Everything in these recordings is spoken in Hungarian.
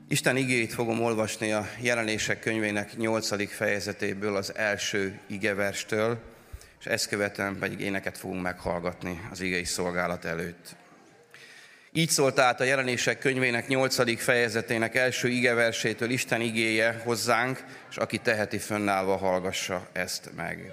Isten igéjét fogom olvasni a Jelenések könyvének 8. fejezetéből, az első igeverstől, és ezt követően pedig éneket fogunk meghallgatni az igei szolgálat előtt. Így szólt át a Jelenések könyvének 8. fejezetének első igeversétől Isten igéje hozzánk, és aki teheti, fönnállva hallgassa ezt meg.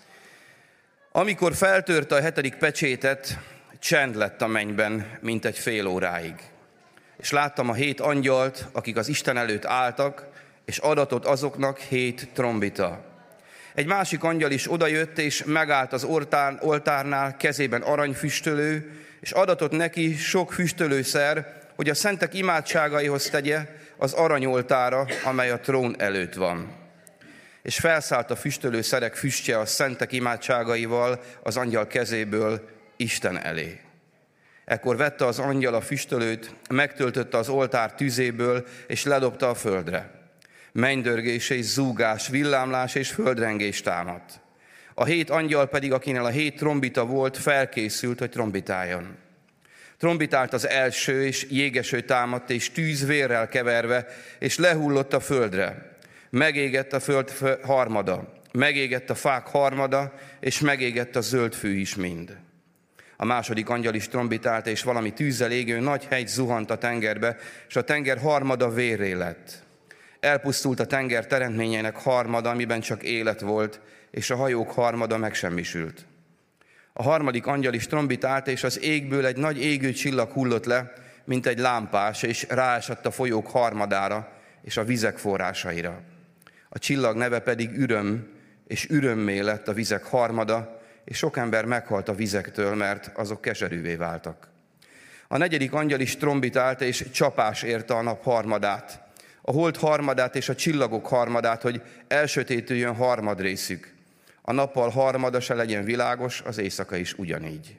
Amikor feltörte a 7. pecsétet, csend lett a mennyben, mint egy fél óráig. És láttam a 7 angyalt, akik az Isten előtt álltak, és adatott azoknak 7 trombita. Egy másik angyal is odajött, és megállt az oltárnál, kezében aranyfüstölő, és adatott neki sok füstölőszer, hogy a szentek imádságaihoz tegye az aranyoltára, amely a trón előtt van. És felszállt a füstölőszerek füstje a szentek imádságaival az angyal kezéből Isten elé. Ekkor vette az angyal a füstölőt, megtöltötte az oltár tüzéből, és ledobta a földre. Mennydörgés és zúgás, villámlás és földrengés támadt. A 7 angyal pedig, akinél a 7 trombita volt, felkészült, hogy trombitáljon. Trombitált az első, és jégeső támadt, és tűz vérrel keverve, és lehullott a földre. Megégett a föld harmada, megégett a fák harmada, és megégett a zöld fű is mind. A második angyal is trombitált, és valami tűzzel égő nagy hegy zuhant a tengerbe, és a tenger harmada vérré lett. Elpusztult a tenger teremtményeinek harmada, amiben csak élet volt, és a hajók harmada megsemmisült. A harmadik angyal is trombitált, és az égből egy nagy égő csillag hullott le, mint egy lámpás, és ráesett a folyók harmadára, és a vizek forrásaira. A csillag neve pedig Üröm, és örömmé lett a vizek harmada, és sok ember meghalt a vizektől, mert azok keserűvé váltak. A negyedik angyal is trombitált, és csapás érte a nap harmadát, a hold harmadát és a csillagok harmadát, hogy elsötétüljön harmadrészük. A nappal harmada se legyen világos, az éjszaka is ugyanígy.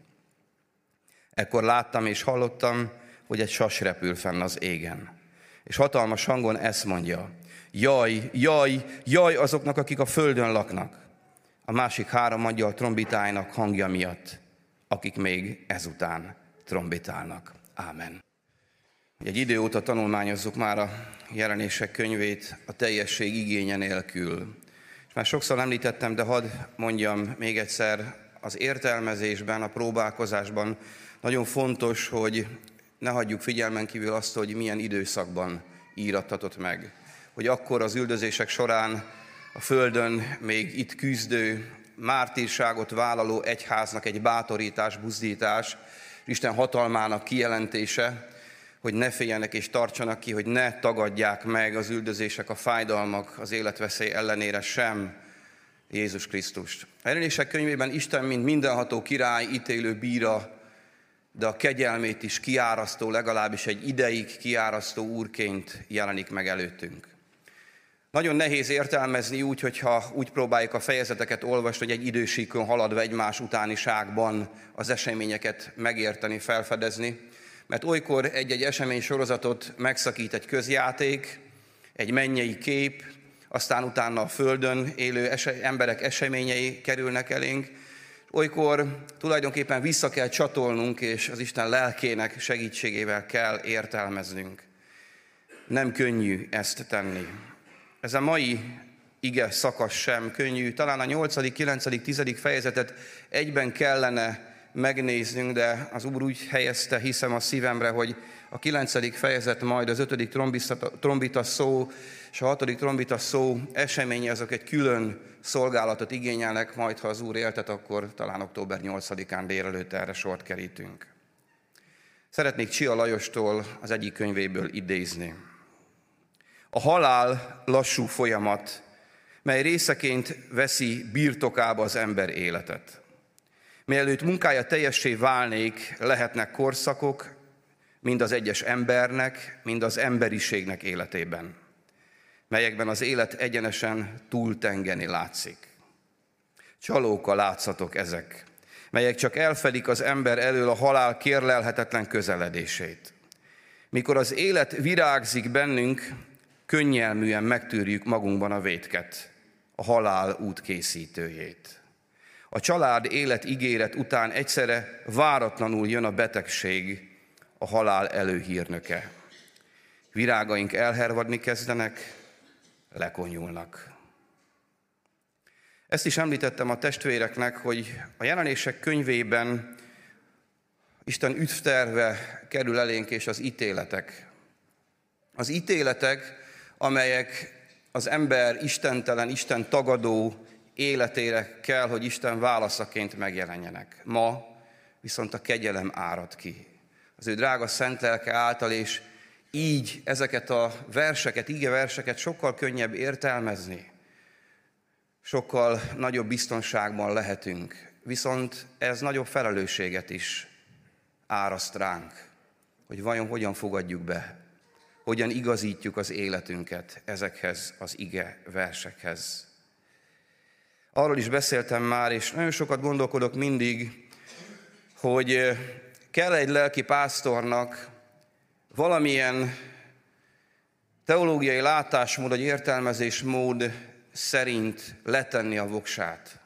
Ekkor láttam és hallottam, hogy egy sas repül fenn az égen. És hatalmas hangon ezt mondja: jaj, jaj, jaj azoknak, akik a földön laknak, a másik 3 angyal trombitájának hangja miatt, akik még ezután trombitálnak. Ámen. Egy idő óta tanulmányozzuk már a Jelenések könyvét a teljesség igénye nélkül. És már sokszor említettem, de hadd mondjam még egyszer, az értelmezésben, a próbálkozásban nagyon fontos, hogy ne hagyjuk figyelmen kívül azt, hogy milyen időszakban írattatott meg. Hogy akkor az üldözések során a földön még itt küzdő, mártírságot vállaló egyháznak egy bátorítás, buzdítás, Isten hatalmának kijelentése, hogy ne féljenek és tartsanak ki, hogy ne tagadják meg az üldözések, a fájdalmak, az életveszély ellenére sem Jézus Krisztust. A Jelenések könyvében Isten, mint mindenható király, ítélő bíra, de a kegyelmét is kiárasztó, legalábbis egy ideig kiárasztó úrként jelenik meg előttünk. Nagyon nehéz értelmezni úgy, hogyha úgy próbáljuk a fejezeteket olvasni, hogy egy idősíkon haladva egymás utániságban az eseményeket megérteni, felfedezni, mert olykor egy-egy esemény sorozatot megszakít egy közjáték, egy mennyei kép, aztán utána a földön élő emberek eseményei kerülnek elénk. Olykor tulajdonképpen vissza kell csatolnunk, és az Isten lelkének segítségével kell értelmeznünk. Nem könnyű ezt tenni. Ez a mai ige szakasz sem könnyű. Talán a 8., 9., 10. fejezetet egyben kellene megnéznünk, de az Úr úgy helyezte, hiszem, a szívemre, hogy a 9. fejezet, majd az 5. trombita szó és a 6. trombita szó eseménye, azok egy külön szolgálatot igényelnek, majd ha az Úr éltet, akkor talán október 8-án délelőtt erre sort kerítünk. Szeretnék Csia Lajostól az egyik könyvéből idézni. A halál lassú folyamat, mely részeként veszi birtokába az ember életet. Mielőtt munkája teljessé válnék, lehetnek korszakok, mind az egyes embernek, mind az emberiségnek életében, melyekben az élet egyenesen túltengeni látszik. Csalók a látszatok ezek, melyek csak elfedik az ember elől a halál kérlelhetetlen közeledését. Mikor az élet virágzik bennünk, könnyelműen megtűrjük magunkban a vétket, a halál útkészítőjét. A család élet ígéret után egyszerre váratlanul jön a betegség, a halál előhírnöke. virágaink elhervadni kezdenek, lekonyulnak. Ezt is említettem a testvéreknek, hogy a Jelenések könyvében Isten üdvterve kerül elénk, és az ítéletek. Az ítéletek, amelyek az ember istentelen, Isten tagadó életére kell, hogy Isten válaszaként megjelenjenek. Ma viszont a kegyelem árad ki. Az ő drága szent lelke által, és így ezeket a verseket, igeverseket sokkal könnyebb értelmezni. Sokkal nagyobb biztonságban lehetünk. Viszont ez nagyobb felelősséget is áraszt ránk, hogy vajon hogyan fogadjuk be, hogyan igazítjuk az életünket ezekhez az ige versekhez. Arról is beszéltem már, és nagyon sokat gondolkodok mindig, hogy kell egy lelki pásztornak valamilyen teológiai látásmód, vagy értelmezésmód szerint letenni a voksát.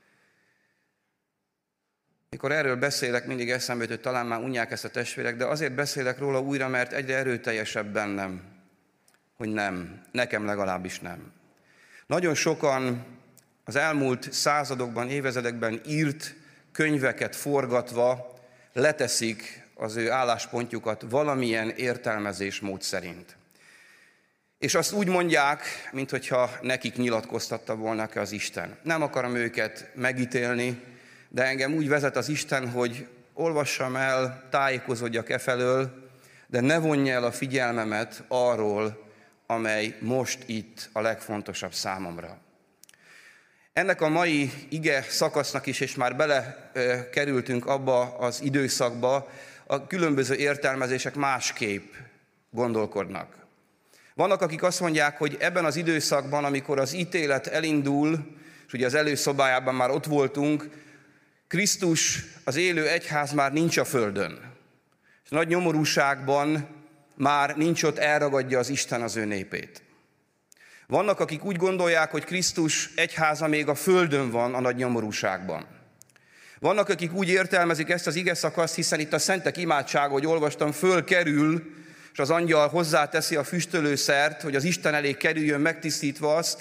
Mikor erről beszélek, mindig eszembe jut, hogy talán már unják ezt a testvérek, de azért beszélek róla újra, mert egyre erőteljesebb bennem, hogy nem, nekem legalábbis nem. Nagyon sokan az elmúlt századokban, évezredekben írt könyveket forgatva leteszik az ő álláspontjukat valamilyen értelmezésmód szerint. És azt úgy mondják, minthogyha nekik nyilatkoztatta volna az Isten. Nem akarom őket megítélni, de engem úgy vezet az Isten, hogy olvassam el, tájékozódjak e felől, de ne vonja el a figyelmemet arról, amely most itt a legfontosabb számomra. Ennek a mai ige szakasznak is, és már belekerültünk abba az időszakba, a különböző értelmezések másképp gondolkodnak. Vannak, akik azt mondják, hogy ebben az időszakban, amikor az ítélet elindul, és ugye az előszobájában már ott voltunk, Krisztus, az élő egyház már nincs a földön. És nagy nyomorúságban már nincs ott, elragadja az Isten az ő népét. Vannak, akik úgy gondolják, hogy Krisztus egyháza még a földön van a nagy nyomorúságban. Vannak, akik úgy értelmezik ezt az ige szakaszt, hiszen itt a szentek imádsága, hogy olvastam, fölkerül, és az angyal hozzáteszi a füstölőszert, hogy az Isten elé kerüljön megtisztítva azt,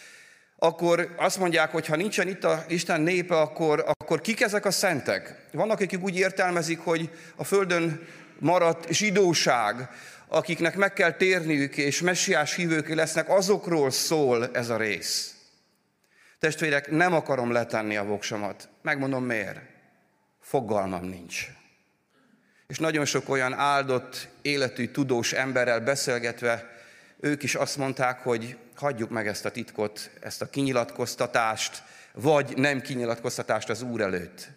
akkor azt mondják, hogy ha nincsen itt az Isten népe, akkor kik ezek a szentek? Vannak, akik úgy értelmezik, hogy a földön maradt zsidóság, akiknek meg kell térniük, és messiás hívők lesznek, azokról szól ez a rész. Testvérek, nem akarom letenni a voksomat. Megmondom miért. Fogalmam nincs. És nagyon sok olyan áldott, életű, tudós emberrel beszélgetve, ők is azt mondták, hogy hagyjuk meg ezt a titkot, ezt a kinyilatkoztatást, vagy nem kinyilatkoztatást az Úr előtt.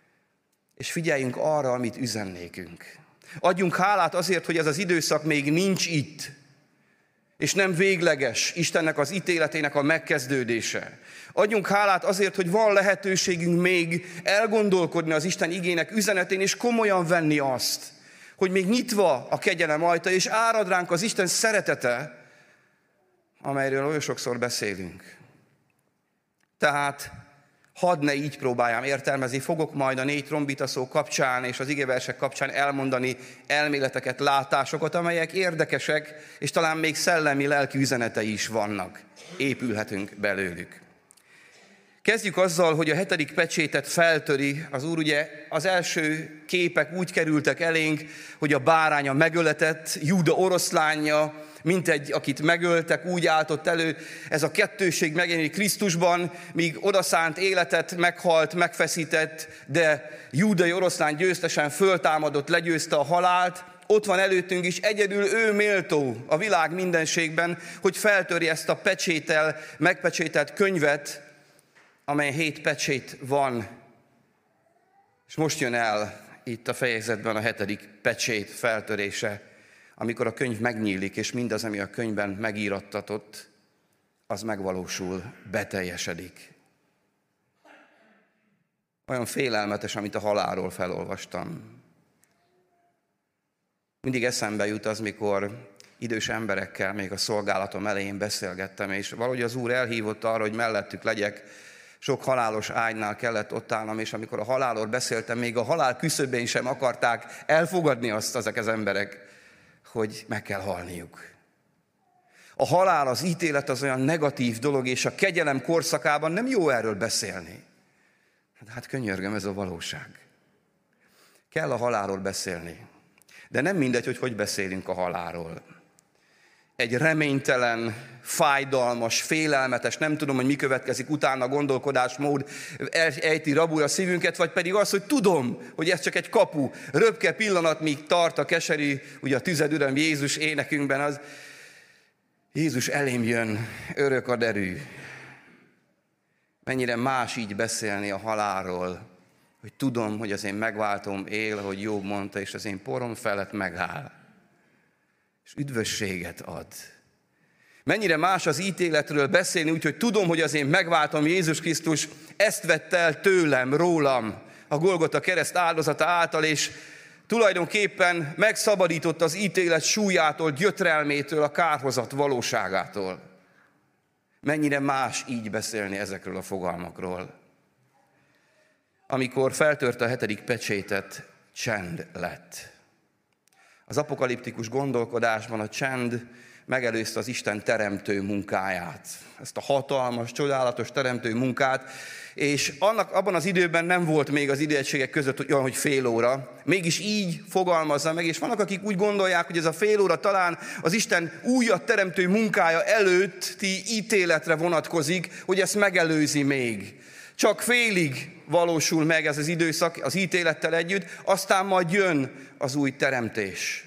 És figyeljünk arra, amit üzennékünk. Adjunk hálát azért, hogy ez az időszak még nincs itt, és nem végleges Istennek az ítéletének a megkezdődése. Adjunk hálát azért, hogy van lehetőségünk még elgondolkodni az Isten igének üzenetén, és komolyan venni azt, hogy még nyitva a kegyelem ajta, és árad ránk az Isten szeretete, amelyről olyan sokszor beszélünk. Tehát hadd ne így próbáljam értelmezni, fogok majd a 4 trombitaszó kapcsán és az igeversek kapcsán elmondani elméleteket, látásokat, amelyek érdekesek, és talán még szellemi, lelki üzenetei is vannak. Épülhetünk belőlük. Kezdjük azzal, hogy a 7. pecsétet feltöri az Úr. Ugye az első képek úgy kerültek elénk, hogy a báránya megöletett, Júda oroszlánja, mintegy, akit megöltek, úgy álltott elő. Ez a kettőség megjelenik Krisztusban, míg odaszánt életet meghalt, megfeszített, de júdai oroszlán győztesen föltámadott, legyőzte a halált. Ott van előttünk is, egyedül ő méltó a világ mindenségben, hogy feltöri ezt a pecséttel, megpecsételt könyvet, amely 7 pecsét van, és most jön el itt a fejezetben a 7. pecsét feltörése, amikor a könyv megnyílik, és mindaz, ami a könyvben megírattatott, az megvalósul, beteljesedik. Olyan félelmetes, amit a halálról felolvastam. Mindig eszembe jut az, mikor idős emberekkel még a szolgálatom elején beszélgettem, és valahogy az Úr elhívott arra, hogy mellettük legyek. Sok halálos ágynál kellett ott állnom, és amikor a halálról beszéltem, még a halál küszöbén sem akarták elfogadni azt ezek az emberek, hogy meg kell halniuk. A halál, az ítélet az olyan negatív dolog, és a kegyelem korszakában nem jó erről beszélni. Hát könyörgöm, ez a valóság. Kell a halálról beszélni. De nem mindegy, hogy beszélünk a halálról. Egy reménytelen, fájdalmas, félelmetes, nem tudom, hogy mi következik utána, gondolkodásmód ejti rabul a szívünket, vagy pedig az, hogy tudom, hogy ez csak egy kapu, röpke pillanat, míg tart a keserű, ugye a tüzedüröm Jézus énekünkben az, Jézus elém jön, örök a derű. Mennyire más így beszélni a halálról, hogy tudom, hogy az én megváltom él, ahogy Jobb mondta, és az én porom felett megáll. És üdvösséget ad. Mennyire más az ítéletről beszélni, úgyhogy tudom, hogy az én megváltom Jézus Krisztus ezt vett el tőlem, rólam, a Golgota kereszt áldozata által, és tulajdonképpen megszabadított az ítélet súlyától, gyötrelmétől, a kárhozat valóságától. Mennyire más így beszélni ezekről a fogalmakról. Amikor feltört a 7. pecsétet, csend lett. Az apokaliptikus gondolkodásban a csend megelőzte az Isten teremtő munkáját. Ezt a hatalmas, csodálatos teremtő munkát, és abban az időben nem volt még az időegységek között olyan, hogy fél óra. Mégis így fogalmazza meg, és vannak, akik úgy gondolják, hogy ez a fél óra talán az Isten újat teremtő munkája előtti ítéletre vonatkozik, hogy ezt megelőzi még. Csak félig valósul meg ez az időszak az ítélettel együtt, aztán majd jön az új teremtés.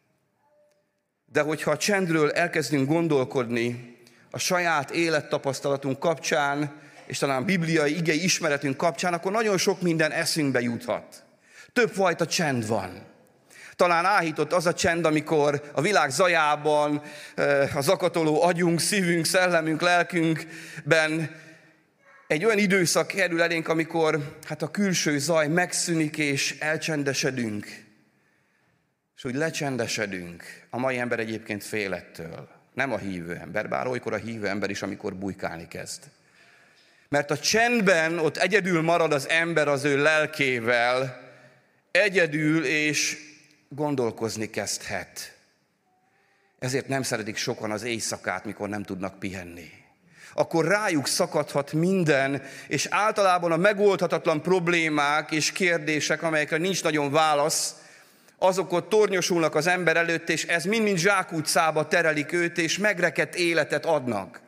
De hogyha a csendről elkezdünk gondolkodni a saját élettapasztalatunk kapcsán, és talán bibliai igei ismeretünk kapcsán, akkor nagyon sok minden eszünkbe juthat. Többfajta csend van. Talán áhított az a csend, amikor a világ zajában, a zakatoló agyunk, szívünk, szellemünk, lelkünkben egy olyan időszak kerül elénk, amikor a külső zaj megszűnik és elcsendesedünk. És úgy lecsendesedünk. A mai ember egyébként fél ettől. Nem a hívő ember, bár olykor a hívő ember is, amikor bujkálni kezd. Mert a csendben ott egyedül marad az ember az ő lelkével, egyedül és gondolkozni kezdhet. Ezért nem szeretik sokan az éjszakát, mikor nem tudnak pihenni. Akkor rájuk szakadhat minden, és általában a megoldhatatlan problémák és kérdések, amelyekre nincs nagyon válasz, azok ott tornyosulnak az ember előtt, és ez mind-mind zsákutcába terelik őt, és megrekedt életet adnak.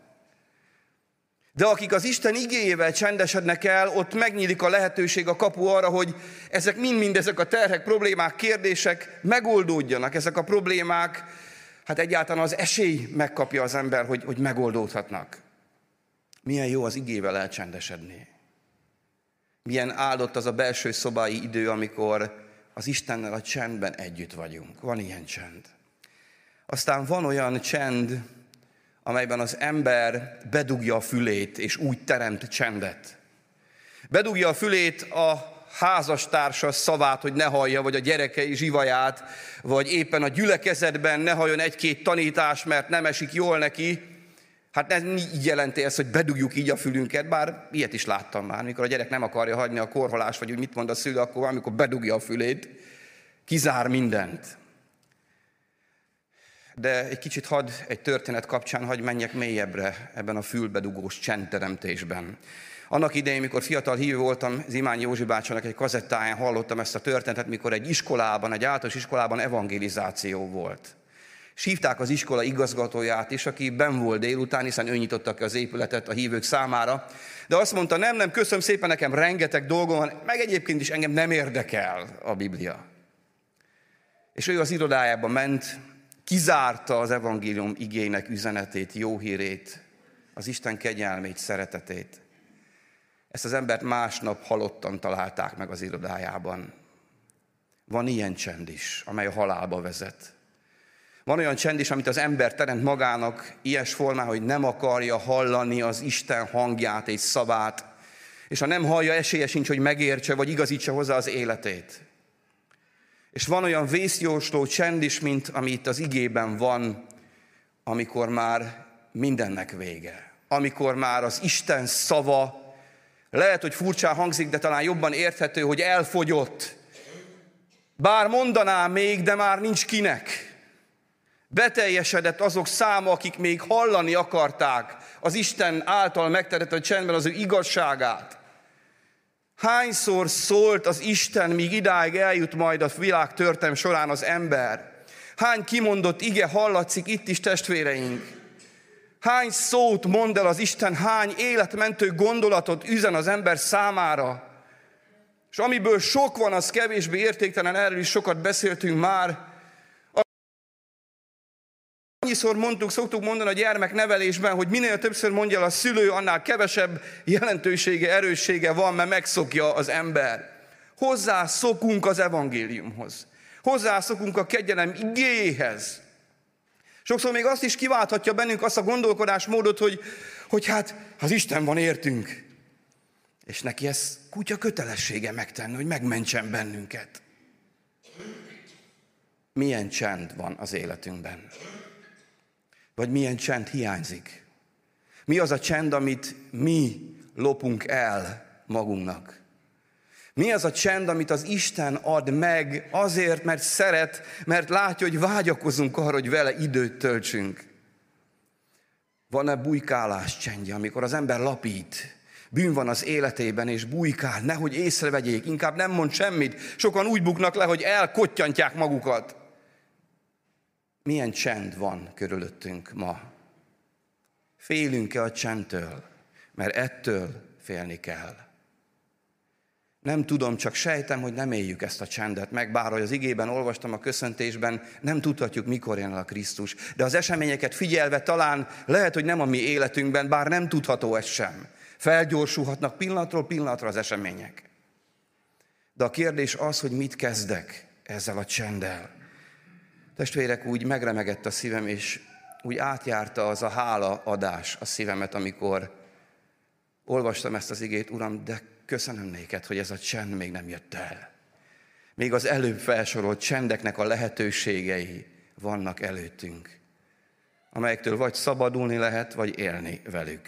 De akik az Isten igéjével csendesednek el, ott megnyílik a lehetőség, a kapu arra, hogy ezek mind-mind ezek a terhek, problémák, kérdések megoldódjanak. Ezek a problémák, egyáltalán az esély megkapja az ember, hogy megoldódhatnak. Milyen jó az igével elcsendesedni. Milyen áldott az a belső szobai idő, amikor az Istennel a csendben együtt vagyunk. Van ilyen csend. Aztán van olyan csend, amelyben az ember bedugja a fülét, és úgy teremt csendet. Bedugja a fülét a házastársa szavát, hogy ne hallja, vagy a gyerekei zsivaját, vagy éppen a gyülekezetben ne halljon egy-két tanítás, mert nem esik jól neki. Nem így jelenti ezt, hogy bedugjuk így a fülünket, bár ilyet is láttam már, mikor a gyerek nem akarja hagyni a korholást, vagy úgy mit mond a szülő, akkor amikor bedugja a fülét, kizár mindent. De egy kicsit egy történet kapcsán hadd menjek mélyebbre ebben a fülbedugós csendteremtésben. Annak idején, mikor fiatal hívő voltam, Zimányi Józsi bácsának egy kazettáján hallottam ezt a történetet, mikor egy általános iskolában evangelizáció volt. És hívták az iskola igazgatóját is, aki benn volt délután, hiszen ő nyitotta ki az épületet a hívők számára. De azt mondta, nem, köszönöm szépen, nekem rengeteg dolgom van, meg egyébként is engem nem érdekel a Biblia. És ő az irodájába ment, kizárta az evangélium igének üzenetét, jó hírét, az Isten kegyelmét, szeretetét. Ezt az embert másnap halottan találták meg az irodájában. Van ilyen csend is, amely a halálba vezet. Van olyan csend is, amit az ember teremt magának ilyes formán, hogy nem akarja hallani az Isten hangját és szavát, és ha nem hallja, esélye sincs, hogy megértse, vagy igazítsa hozzá az életét. És van olyan vészjósló csend is, mint ami itt az igében van, amikor már mindennek vége. Amikor már az Isten szava, lehet, hogy furcsán hangzik, de talán jobban érthető, hogy elfogyott. Bár mondaná még, de már nincs kinek. Beteljesedett azok száma, akik még hallani akarták az Isten által megteremtett csendben az ő igazságát. Hányszor szólt az Isten, míg idáig eljut majd a világ történelem során az ember? Hány kimondott ige hallatszik itt is, testvéreink? Hány szót mond el az Isten, hány életmentő gondolatot üzen az ember számára? És amiből sok van, az kevésbé értéktelen, erről is sokat beszéltünk már. Annyiszor szoktuk mondani a gyermeknevelésben, hogy minél többször mondja el a szülő, annál kevesebb jelentősége, erőssége van, mert megszokja az ember. Hozzászokunk az evangéliumhoz. Hozzászokunk a kegyelem igéjéhez. Sokszor még azt is kiválthatja bennünk azt a gondolkodásmódot, hogy hát az Isten van értünk. És neki ez kutya kötelessége megtenni, hogy megmentsen bennünket. Milyen csend van az életünkben? Vagy milyen csend hiányzik? Mi az a csend, amit mi lopunk el magunknak? Mi az a csend, amit az Isten ad meg azért, mert szeret, mert látja, hogy vágyakozunk arra, hogy vele időt töltsünk? Van-e bujkálás csendje, amikor az ember lapít, bűn van az életében, és bujkál, nehogy észrevegyék, inkább nem mond semmit. Sokan úgy buknak le, hogy elkottyantják magukat. Milyen csend van körülöttünk ma? Félünk-e a csendtől? Mert ettől félni kell. Nem tudom, csak sejtem, hogy nem éljük ezt a csendet meg, bár ahogy az igében olvastam a köszöntésben, nem tudhatjuk, mikor jön el a Krisztus. De az eseményeket figyelve talán lehet, hogy nem a mi életünkben, bár nem tudható ez sem. Felgyorsulhatnak pillanatról pillanatra az események. De a kérdés az, hogy mit kezdek ezzel a csenddel. Testvérek, úgy megremegett a szívem, és úgy átjárta az a hálaadás a szívemet, amikor olvastam ezt az igét, Uram, de köszönöm néked, hogy ez a csend még nem jött el. Még az előbb felsorolt csendeknek a lehetőségei vannak előttünk, amelyektől vagy szabadulni lehet, vagy élni velük.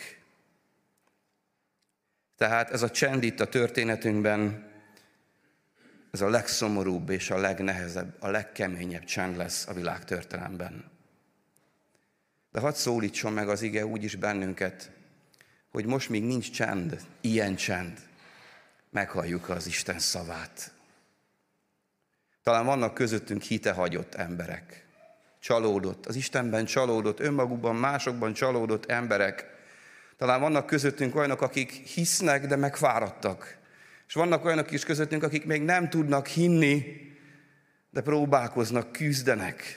Tehát ez a csend itt a történetünkben, ez a legszomorúbb és a legnehezebb, a legkeményebb csend lesz a világtörténelemben. De hadd szólítson meg az ige úgy is bennünket, hogy most még nincs csend, ilyen csend, meghalljuk az Isten szavát. Talán vannak közöttünk hitehagyott emberek, csalódott, az Istenben csalódott, önmagukban, másokban csalódott emberek. Talán vannak közöttünk olyanok, akik hisznek, de megfáradtak. És vannak olyanok is közöttünk, akik még nem tudnak hinni, de próbálkoznak, küzdenek.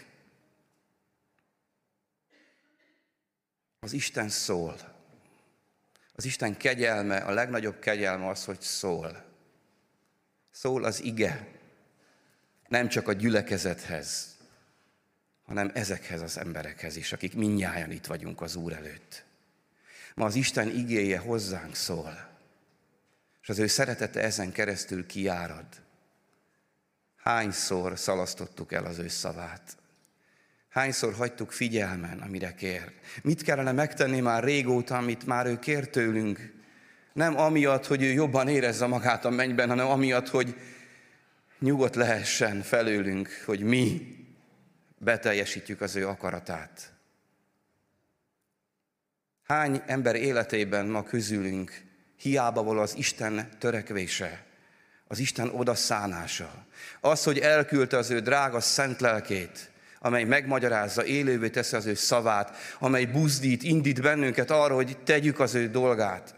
Az Isten szól. Az Isten kegyelme, a legnagyobb kegyelme az, hogy szól. Szól az ige. Nem csak a gyülekezethez, hanem ezekhez az emberekhez is, akik mindnyájan itt vagyunk az Úr előtt. Ma az Isten igéje hozzánk szól. És az ő szeretete ezen keresztül kiárad. Hányszor szalasztottuk el az ő szavát? Hányszor hagytuk figyelmen, amire kér? Mit kellene megtenni már régóta, amit már ő kér tőlünk? Nem amiatt, hogy ő jobban érezze magát a mennyben, hanem amiatt, hogy nyugodt lehessen felőlünk, hogy mi beteljesítjük az ő akaratát. Hány ember életében ma közülünk hiába való az Isten törekvése, az Isten odaszánása. Az, hogy elküldte az ő drága szent lelkét, amely megmagyarázza, élővé teszi az ő szavát, amely buzdít, indít bennünket arra, hogy tegyük az ő dolgát,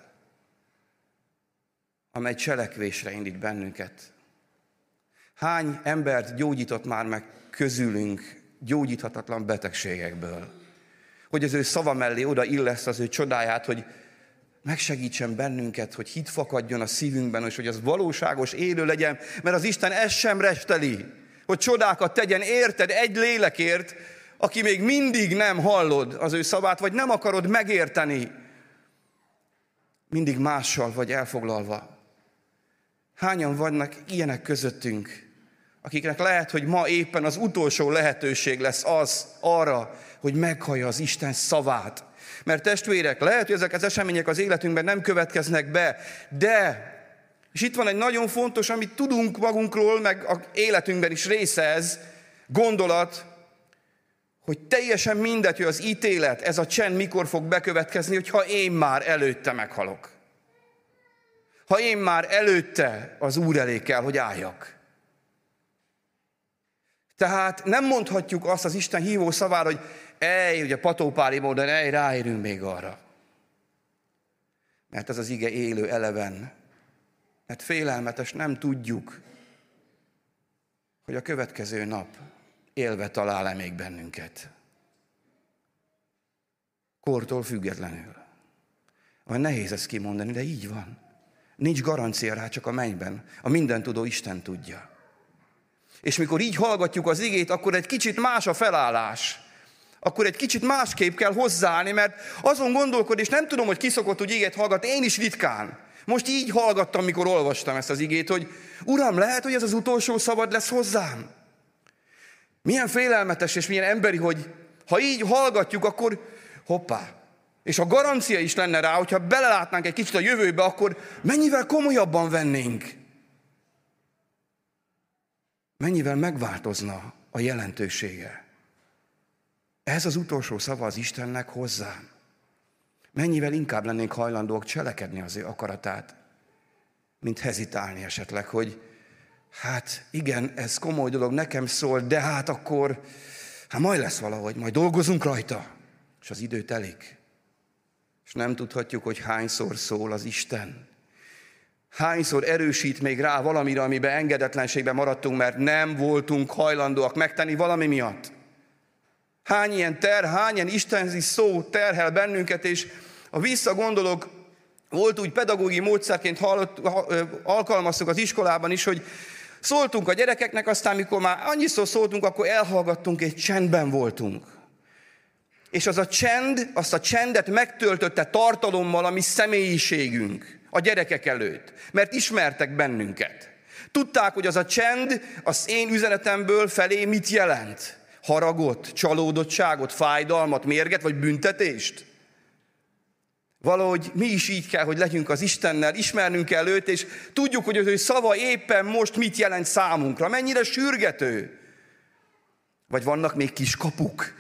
amely cselekvésre indít bennünket. Hány embert gyógyított már meg közülünk gyógyíthatatlan betegségekből? Hogy az ő szava mellé odaillesz az ő csodáját, hogy megsegítsen bennünket, hogy hit fakadjon a szívünkben, és hogy az valóságos, élő legyen, mert az Isten ezt sem resteli, hogy csodákat tegyen érted egy lélekért, aki még mindig nem hallod az ő szavát, vagy nem akarod megérteni, mindig mással vagy elfoglalva. Hányan vannak ilyenek közöttünk, akiknek lehet, hogy ma éppen az utolsó lehetőség lesz az arra, hogy meghallja az Isten szavát. Mert testvérek, lehet, hogy ezek az események az életünkben nem következnek be, de, és itt van egy nagyon fontos, amit tudunk magunkról, meg az életünkben is része ez, gondolat, hogy teljesen mindegy, hogy az ítélet, ez a csend mikor fog bekövetkezni, hogyha én már előtte meghalok. Ha én már előtte az Úr elé kell, hogy álljak. Tehát nem mondhatjuk azt az Isten hívó szavára, hogy ugye patópári módon, ráérünk még arra. Mert ez az ige élő, eleven. Mert félelmetes, nem tudjuk, hogy a következő nap élve talál-e még bennünket. Kortól függetlenül. Olyan nehéz ezt kimondani, de így van. Nincs garancia rá, csak a mennyben. A mindentudó Isten tudja. És mikor így hallgatjuk az igét, akkor egy kicsit más a felállás. Akkor egy kicsit másképp kell hozzáállni, mert azon gondolkod, és nem tudom, hogy ki szokott úgy igét hallgatni, én is ritkán. Most így hallgattam, mikor olvastam ezt az igét, hogy Uram, lehet, hogy ez az utolsó szavad lesz hozzám? Milyen félelmetes és milyen emberi, hogy ha így hallgatjuk, akkor hoppá. És a garancia is lenne rá, hogyha belelátnánk egy kicsit a jövőbe, akkor mennyivel komolyabban vennénk. Mennyivel megváltozna a jelentősége. Ez az utolsó szava az Istennek hozzám. Mennyivel inkább lennénk hajlandóak cselekedni az ő akaratát, mint hezitálni esetleg, hogy hát igen, ez komoly dolog, nekem szól, de hát akkor, majd lesz valahogy, majd dolgozunk rajta. És az idő telik. És nem tudhatjuk, hogy hányszor szól az Isten. Hányszor erősít még rá valamire, amiben engedetlenségben maradtunk, mert nem voltunk hajlandóak megtenni valami miatt. Hány ilyen hány ilyen istenzi szó terhel bennünket, és ha visszagondolok, volt úgy pedagógiai módszerként alkalmaztuk az iskolában is, hogy szóltunk a gyerekeknek, aztán mikor már annyiszor szóltunk, akkor elhallgattunk, és csendben voltunk. És az a csend, azt a csendet megtöltötte tartalommal a mi személyiségünk a gyerekek előtt, mert ismertek bennünket. Tudták, hogy az a csend az én üzenetemből felé mit jelent. Haragot, csalódottságot, fájdalmat, mérget vagy büntetést? Valahogy mi is így kell, hogy legyünk az Istennel, ismernünk kell őt, és tudjuk, hogy az ő szava éppen most mit jelent számunkra, mennyire sürgető. Vagy vannak még kis kapuk.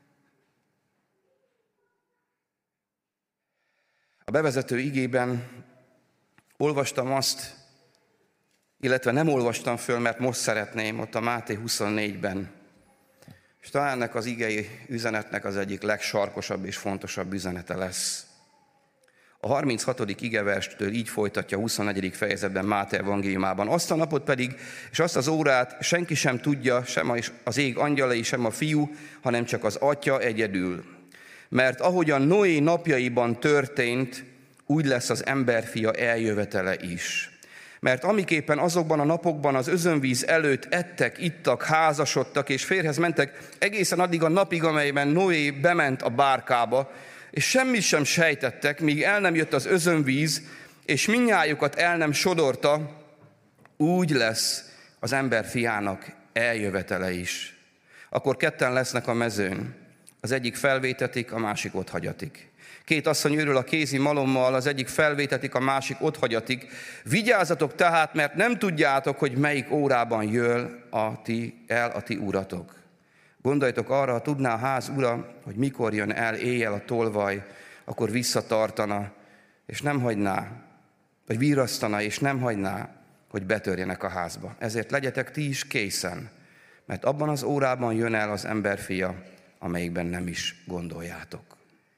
A bevezető igében olvastam azt, illetve nem olvastam föl, mert most szeretném, ott a Máté 24-ben. És talán ennek az igei üzenetnek az egyik legsarkosabb és fontosabb üzenete lesz. A 36. igeverstől így folytatja a 24. fejezetben Máté evangéliumában. Azt a napot pedig, és azt az órát senki sem tudja, sem az ég angyalai, sem a fiú, hanem csak az Atya egyedül. Mert ahogyan Noé napjaiban történt, úgy lesz az emberfia eljövetele is. Mert amiképpen azokban a napokban az özönvíz előtt ettek, ittak, házasodtak és férjhez mentek, egészen addig a napig, amelyben Noé bement a bárkába, és semmit sem sejtettek, míg el nem jött az özönvíz, és mindnyájukat el nem sodorta, úgy lesz az emberfiának eljövetele is. Akkor ketten lesznek a mezőn, az egyik felvétetik, a másik otthagyatik. Két asszony őrül a kézi malommal, az egyik felvétetik, a másik otthagyatik. Vigyázzatok tehát, mert nem tudjátok, hogy melyik órában jön el a ti uratok. Gondoljatok arra, ha tudná a ház ura, hogy mikor jön el éjjel a tolvaj, akkor visszatartana, és nem hagyná, vagy virrasztana, és nem hagyná, hogy betörjenek a házba. Ezért legyetek ti is készen, mert abban az órában jön el az emberfia, amelyikben nem is gondoljátok.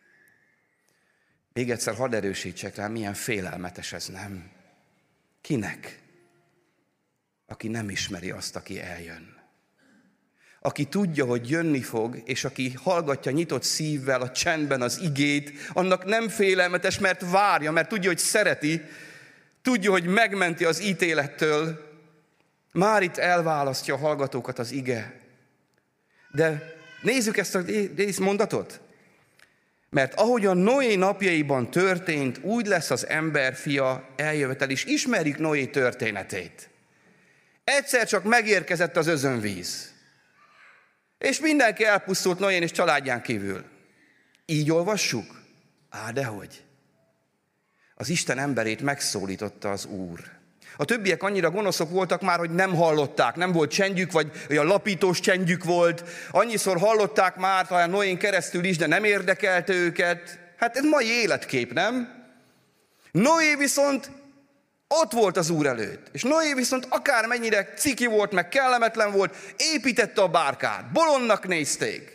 Még egyszer hadd erősítsek rá, milyen félelmetes ez, nem? Kinek? Aki nem ismeri azt, aki eljön. Aki tudja, hogy jönni fog, és aki hallgatja nyitott szívvel a csendben az igét, annak nem félelmetes, mert várja, mert tudja, hogy szereti, tudja, hogy megmenti az ítélettől. Már itt elválasztja a hallgatókat az ige. De nézzük ezt a mondatot. Mert ahogyan Noé napjaiban történt, úgy lesz az emberfia eljövetel is. Ismerjük Noé történetét. Egyszer csak megérkezett az özönvíz. És mindenki elpusztult Noén és családján kívül. Így olvassuk? Dehogy. Az Isten emberét megszólította az Úr. A többiek annyira gonoszok voltak már, hogy nem hallották, nem volt csendjük, vagy olyan lapítós csendjük volt. Annyiszor hallották már, talán Noén keresztül is, de nem érdekelte őket. Hát ez mai életkép, nem? Noé viszont ott volt az Úr előtt. És Noé viszont akármennyire ciki volt, meg kellemetlen volt, építette a bárkát. Bolondnak nézték.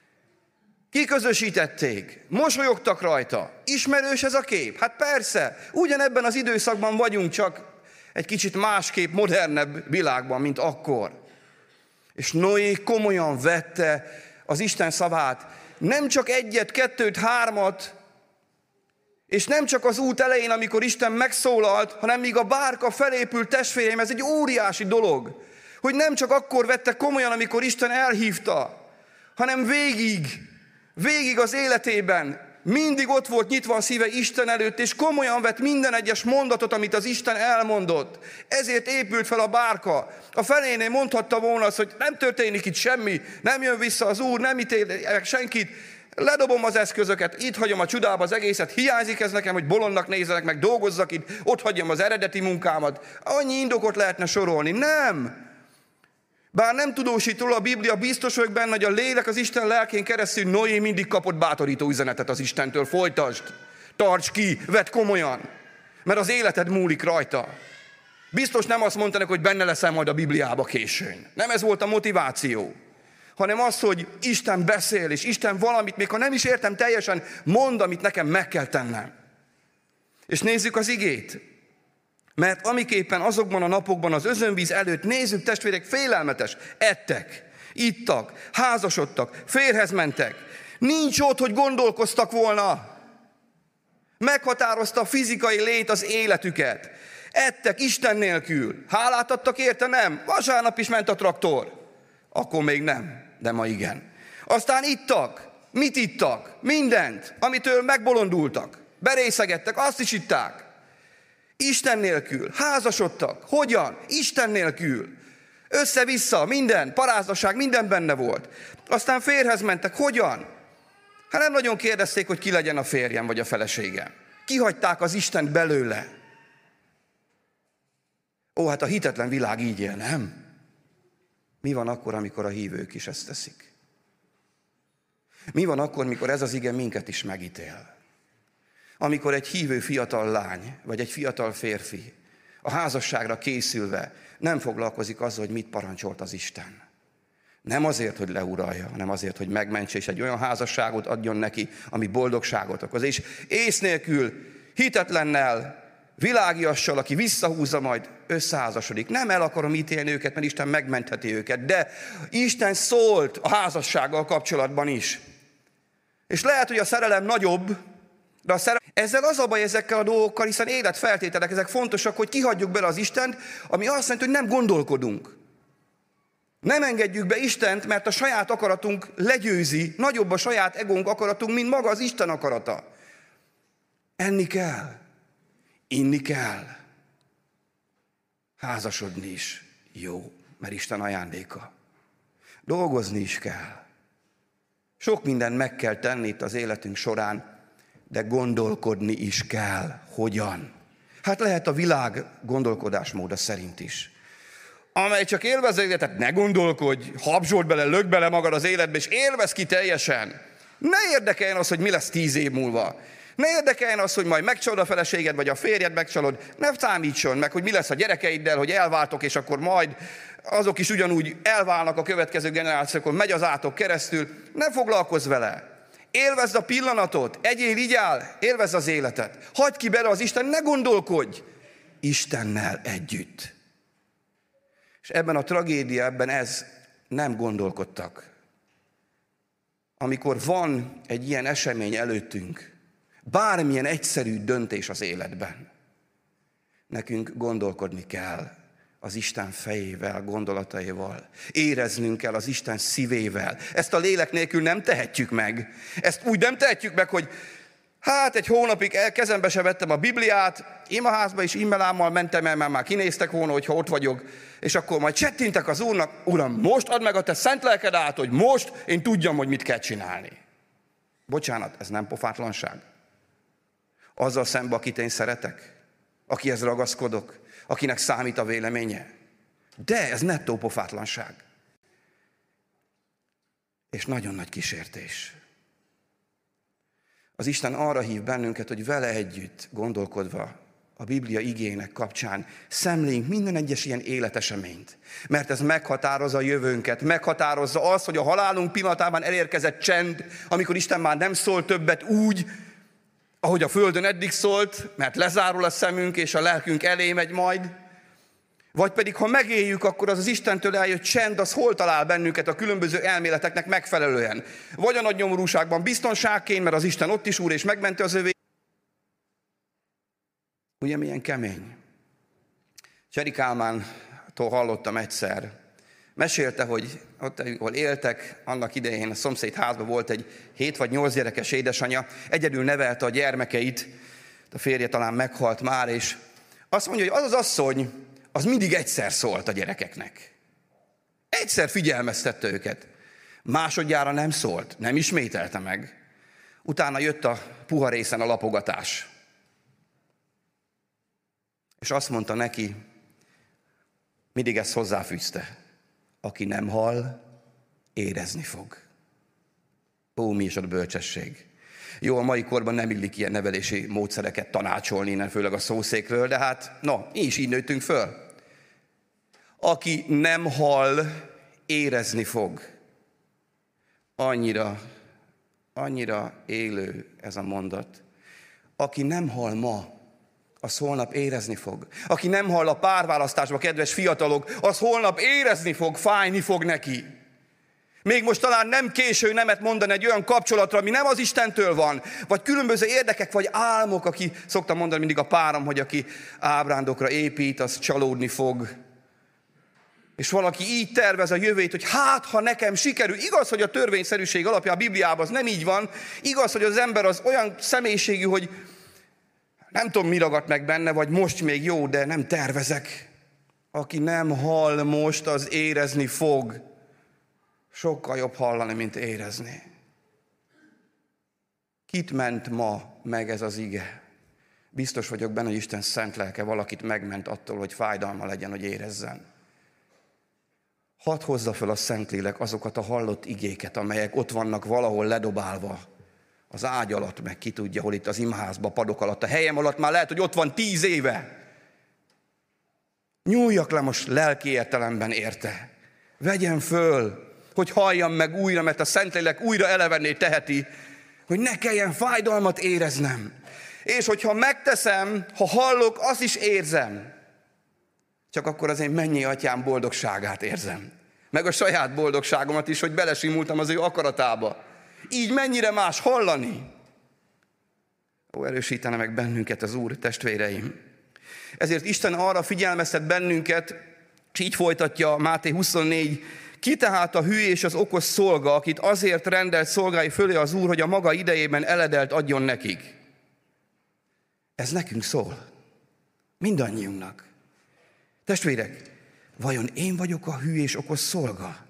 Kiközösítették, mosolyogtak rajta. Ismerős ez a kép? Hát persze, ugyanebben az időszakban vagyunk, csak egy kicsit másképp, modernebb világban, mint akkor. És Noé komolyan vette az Isten szavát. Nem csak egyet, kettőt, hármat, és nem csak az út elején, amikor Isten megszólalt, hanem míg a bárka felépült, testvéreim, ez egy óriási dolog. Hogy nem csak akkor vette komolyan, amikor Isten elhívta, hanem végig az életében mindig ott volt nyitva a szíve Isten előtt, és komolyan vett minden egyes mondatot, amit az Isten elmondott. Ezért épült fel a bárka. A felénél mondhatta volna azt, hogy nem történik itt semmi, nem jön vissza az Úr, nem ítélek senkit, ledobom az eszközöket, itt hagyom a csudába az egészet, hiányzik ez nekem, hogy bolondnak nézzenek, meg dolgozzak itt, ott hagyjam az eredeti munkámat. Annyi indokot lehetne sorolni. Nem! Bár nem tudósít róla a Biblia, biztos vagyok benne, hogy a lélek az Isten lelkén keresztül Noé mindig kapott bátorító üzenetet az Istentől. Folytasd, tarts ki, vedd komolyan, mert az életed múlik rajta. Biztos nem azt mondta neki, hogy benne leszel majd a Bibliába későn. Nem ez volt a motiváció, hanem az, hogy Isten beszél, és Isten valamit, még ha nem is értem teljesen, mond, amit nekem meg kell tennem. És nézzük az igét. Mert amiképpen azokban a napokban az özönvíz előtt, nézzük testvérek, félelmetes, ettek, ittak, házasodtak, férjhez mentek. Nincs ott, hogy gondolkoztak volna. Meghatározta a fizikai lét az életüket. Ettek Isten nélkül. Hálát adtak érte? Nem. Vasárnap is ment a traktor. Akkor még nem, de ma igen. Aztán ittak. Mit ittak? Mindent, amitől megbolondultak. Berészegettek, azt is itták. Isten nélkül, házasodtak. Hogyan? Isten nélkül. Össze-vissza, minden, parázdaság, minden benne volt. Aztán férjhez mentek. Hogyan? Hát nem nagyon kérdezték, hogy ki legyen a férjem vagy a feleségem. Kihagyták az Istent belőle. Ó, hát a hitetlen világ így él, nem? Mi van akkor, amikor a hívők is ezt teszik? Mi van akkor, mikor ez az ige minket is megítél? Amikor egy hívő fiatal lány, vagy egy fiatal férfi a házasságra készülve nem foglalkozik azzal, hogy mit parancsolt az Isten. Nem azért, hogy leuralja, hanem azért, hogy megmentse, és egy olyan házasságot adjon neki, ami boldogságot okoz. És ész nélkül, hitetlennel, világiassal, aki visszahúzza, majd összeházasodik. Nem el akarom ítélni őket, mert Isten megmentheti őket, de Isten szólt a házassággal kapcsolatban is. És lehet, hogy a szerelem nagyobb, de ezzel az a baj ezekkel a dolgokkal, hiszen életfeltételek, ezek fontosak, hogy kihagyjuk bele az Istent, ami azt jelenti, hogy nem gondolkodunk. Nem engedjük be Istent, mert a saját akaratunk legyőzi, nagyobb a saját egónk akaratunk, mint maga az Isten akarata. Enni kell, inni kell, házasodni is jó, mert Isten ajándéka. Dolgozni is kell. Sok mindent meg kell tenni itt az életünk során, de gondolkodni is kell. Hogyan? Hát lehet a világ gondolkodásmóda szerint is. Amely csak élvez az életet, ne gondolkodj, habzsold bele, lög bele magad az életbe, és élvez ki teljesen. Ne érdekeljen az, hogy mi lesz 10 év múlva. Ne érdekeljen az, hogy majd megcsalod a feleséged, vagy a férjed megcsalod. Ne számítson meg, hogy mi lesz a gyerekeiddel, hogy elváltok, és akkor majd azok is ugyanúgy elválnak a következő generációkon, megy az átok keresztül. Ne foglalkozz vele. Élvezd a pillanatot, egyél, igyál, élvezd az életet. Hagyd ki bele az Isten, ne gondolkodj Istennel együtt. És ebben a tragédiában ez nem gondolkodtak. Amikor van egy ilyen esemény előttünk, bármilyen egyszerű döntés az életben, nekünk gondolkodni kell az Isten fejével, gondolataival. Éreznünk kell az Isten szívével. Ezt a lélek nélkül nem tehetjük meg. Ezt úgy nem tehetjük meg, hogy hát egy hónapig kezembe se vettem a Bibliát, imaházba is immelámmal mentem el, mert már kinéztek volna, hogyha ott vagyok, és akkor majd csettintek az Úrnak, Uram, most add meg a te szent lelked át, hogy most én tudjam, hogy mit kell csinálni. Bocsánat, ez nem pofátlanság. Azzal szemben, akit én szeretek, akihez ragaszkodok, akinek számít a véleménye. De ez nettó pofátlanság. És nagyon nagy kísértés. Az Isten arra hív bennünket, hogy vele együtt gondolkodva a Biblia igének kapcsán szemléljünk minden egyes ilyen életeseményt. Mert ez meghatározza a jövőnket, meghatározza azt, hogy a halálunk pillanatában elérkezett csend, amikor Isten már nem szól többet úgy, ahogy a földön eddig szólt, mert lezárul a szemünk, és a lelkünk elé megy majd. Vagy pedig, ha megéljük, akkor az Istentől eljött csend, az hol talál bennünket a különböző elméleteknek megfelelően. Vagy a nagy nyomorúságban biztonságként, mert az Isten ott is úr, és megmenti az övé. Ugye milyen kemény. Cseri Kálmántól hallottam egyszer. Mesélte, hogy ott, ahol éltek, annak idején a szomszéd házban volt egy 7 vagy 8 gyerekes édesanyja, egyedül nevelte a gyermekeit, a férje talán meghalt már, és azt mondja, hogy az asszony, az mindig egyszer szólt a gyerekeknek. Egyszer figyelmeztette őket. Másodjára nem szólt, nem ismételte meg. Utána jött a puha részen a lapogatás. És azt mondta neki, mindig ezt hozzáfűzte, aki nem hall, érezni fog. Ó, mi is a bölcsesség. Jó, a mai korban nem illik ilyen nevelési módszereket tanácsolni innen, főleg a szószékről, de hát, mi is így nőttünk föl. Aki nem hall, érezni fog. Annyira élő ez a mondat. Aki nem hall ma, az holnap érezni fog. Aki nem hall a párválasztásba, kedves fiatalok, az holnap érezni fog, fájni fog neki. Még most talán nem késő nemet mondani egy olyan kapcsolatra, ami nem az Istentől van, vagy különböző érdekek, vagy álmok, aki szoktam mondani mindig a párom, hogy aki ábrándokra épít, az csalódni fog. És valaki így tervez a jövőjét, hogy ha nekem sikerül. Igaz, hogy a törvényszerűség alapján a Bibliában az nem így van. Igaz, hogy az ember az olyan személyiségű, hogy nem tudom, mi ragadt meg benne, vagy most még jó, de nem tervezek. Aki nem hall most, az érezni fog. Sokkal jobb hallani, mint érezni. Kit ment ma meg ez az ige? Biztos vagyok benne, hogy Isten szent lelke valakit megment attól, hogy fájdalma legyen, hogy érezzen. Hadd hozza fel a Szentlélek azokat a hallott igéket, amelyek ott vannak valahol ledobálva. Az ágy alatt, meg ki tudja, hol itt az imaházba, padok alatt, a helyem alatt már lehet, hogy ott van 10 éve. Nyúljak le most lelki értelemben érte. Vegyem föl, hogy halljam meg újra, mert a Szentlélek újra elevenné teheti, hogy ne kelljen fájdalmat éreznem. És hogyha megteszem, ha hallok, azt is érzem. Csak akkor az én mennyi atyám boldogságát érzem. Meg a saját boldogságomat is, hogy belesimultam az ő akaratába. Így mennyire más hallani? Ó, erősítene meg bennünket az Úr, testvéreim. Ezért Isten arra figyelmeztet bennünket, és így folytatja Máté 24, ki tehát a hű és az okos szolga, akit azért rendelt szolgái fölé az Úr, hogy a maga idejében eledelt adjon nekik. Ez nekünk szól. Mindannyiunknak. Testvérek, vajon én vagyok a hű és okos szolga?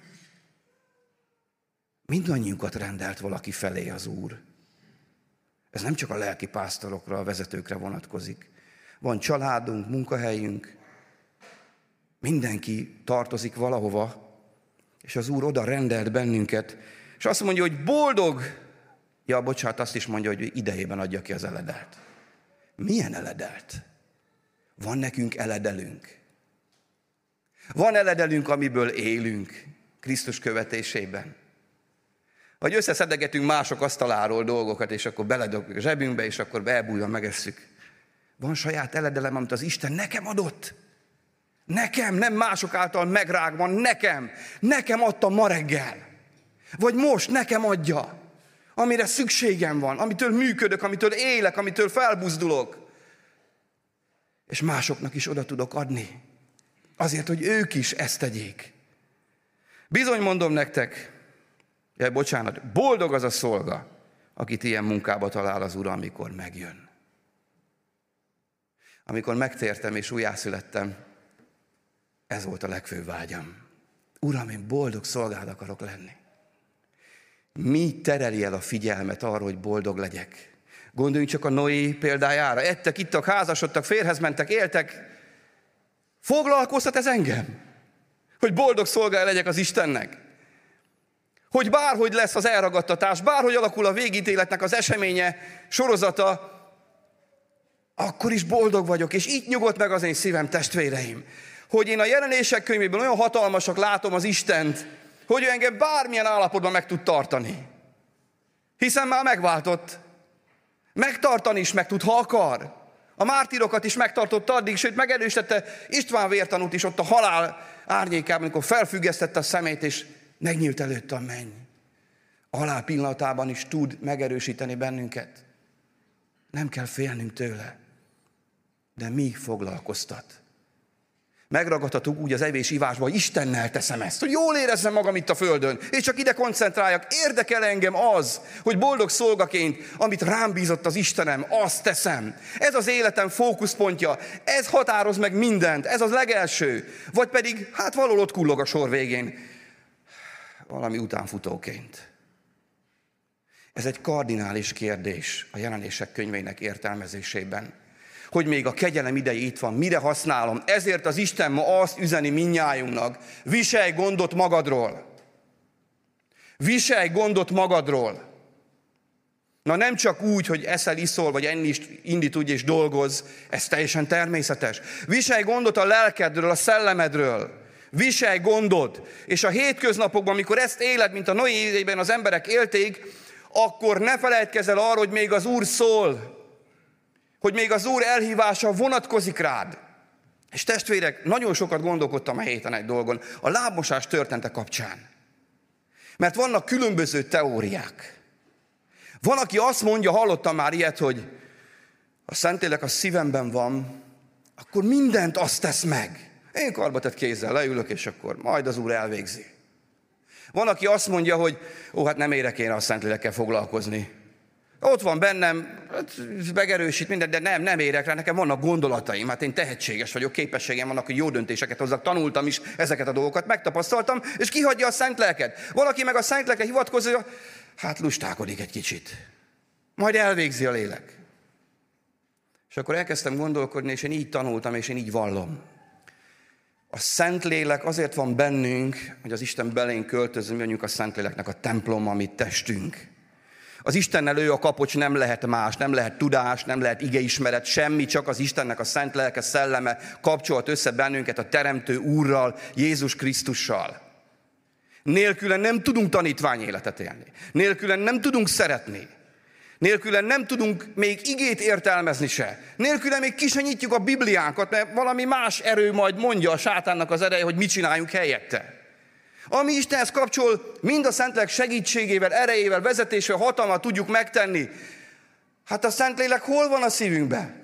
Mindannyiunkat rendelt valaki felé az Úr. Ez nem csak a lelki pásztorokra, a vezetőkre vonatkozik. Van családunk, munkahelyünk, mindenki tartozik valahova, és az Úr oda rendelt bennünket, és azt mondja, hogy boldog, azt is mondja, hogy idejében adja ki az eledelt. Milyen eledelt? Van nekünk eledelünk. Van eledelünk, amiből élünk Krisztus követésében. Vagy összeszedegetünk mások asztaláról dolgokat, és akkor beledobjuk a zsebünkbe, és akkor elbújva megesszük. Van saját eledelem, amit az Isten nekem adott. Nekem, nem mások által megrágva, nekem adta ma reggel. Vagy most nekem adja, amire szükségem van, amitől működök, amitől élek, amitől felbuzdulok. És másoknak is oda tudok adni. Azért, hogy ők is ezt tegyék. Bizony mondom nektek, boldog az a szolga, akit ilyen munkába talál az Ura, amikor megjön. Amikor megtértem és újjászülettem, ez volt a legfőbb vágyam. Uram, én boldog szolgád akarok lenni. Mi tereli el a figyelmet arra, hogy boldog legyek? Gondoljunk csak a Noé példájára. Ettek, ittak, házasodtak, férjhez mentek, éltek, Foglalkoztat ez engem? Hogy boldog szolgája legyek az Istennek? Hogy bárhogy lesz az elragadtatás, bárhogy alakul a végítéletnek az eseménye, sorozata, akkor is boldog vagyok, és így nyugodt meg az én szívem, testvéreim, hogy én a Jelenések könyvében olyan hatalmasak látom az Istent, hogy ő engem bármilyen állapotban meg tud tartani. Hiszen már megváltott. Megtartani is meg tud, ha akar. A mártírokat is megtartott addig, sőt megerősítette István vértanút is ott a halál árnyékában, amikor felfüggesztette a szemét, és megnyílt előtte a menny. A halál pillanatában is tud megerősíteni bennünket. Nem kell félnünk tőle. De mi foglalkoztat? Megragadhatunk úgy az evés-ivásba, hogy Istennel teszem ezt, hogy jól érezzem magam itt a földön, és csak ide koncentráljak. Érdekel engem az, hogy boldog szolgaként, amit rám bízott az Istenem, azt teszem. Ez az életem fókuszpontja, ez határoz meg mindent, ez az legelső. Vagy pedig, hát valahol ott kullog a sor végén, valami utánfutóként. Ez egy kardinális kérdés a Jelenések könyvének értelmezésében. Hogy még a kegyelem ideje itt van, mire használom. Ezért az Isten ma azt üzeni mindnyájunknak, viselj gondot magadról. Viselj gondot magadról. Na nem csak úgy, hogy eszel, iszol, vagy enni is indít és dolgozz, ez teljesen természetes. Viselj gondot a lelkedről, a szellemedről. Viselj gondot. És a hétköznapokban, amikor ezt éled, mint a Noé idejében az emberek élték, akkor ne felejtkezz el arra, hogy még az Úr szól, hogy még az Úr elhívása vonatkozik rád. És testvérek, nagyon sokat gondolkodtam a héten egy dolgon, a lábmosás története kapcsán. Mert vannak különböző teóriák. Van, aki azt mondja, hallottam már ilyet, hogy a Szentlélek a szívemben van, akkor mindent azt tesz meg. Én karbatett kézzel leülök, és akkor majd az Úr elvégzi. Van, aki azt mondja, hogy hát nem érek én a Szentlélekkel foglalkozni. Ott van bennem, megerősít mindent, de nem érek rá, nekem vannak gondolataim, hát én tehetséges vagyok, képességem vannak, hogy jó döntéseket hozzak, tanultam is ezeket a dolgokat, megtapasztaltam, és kihagyja a Szent Lelket. Valaki meg a Szent Lelkre hivatkozza, hát lustálkodik egy kicsit. Majd elvégzi a lélek. És akkor elkezdtem gondolkodni, és én így tanultam, és én így vallom. A Szentlélek azért van bennünk, hogy az Isten belénk költözön, mondjuk a Szentléleknek a templom, amit testünk. Az Istennel ő a kapocs, nem lehet más, nem lehet tudás, nem lehet igeismeret, semmi, csak az Istennek a Szent Lelke szelleme kapcsolt össze bennünket a Teremtő Úrral, Jézus Krisztussal. Nélkülen nem tudunk tanítványéletet élni, nélkülen nem tudunk szeretni, nélkülen nem tudunk még igét értelmezni se, nélkülen még ki se nyitjuk a Bibliánkat, mert valami más erő majd mondja a sátánnak az ereje, hogy mit csináljunk helyette. Ami Istenhez kapcsol, mind a Szentlélek segítségével, erejével, vezetésével, hatalmat tudjuk megtenni. Hát a Szentlélek hol van a szívünkben?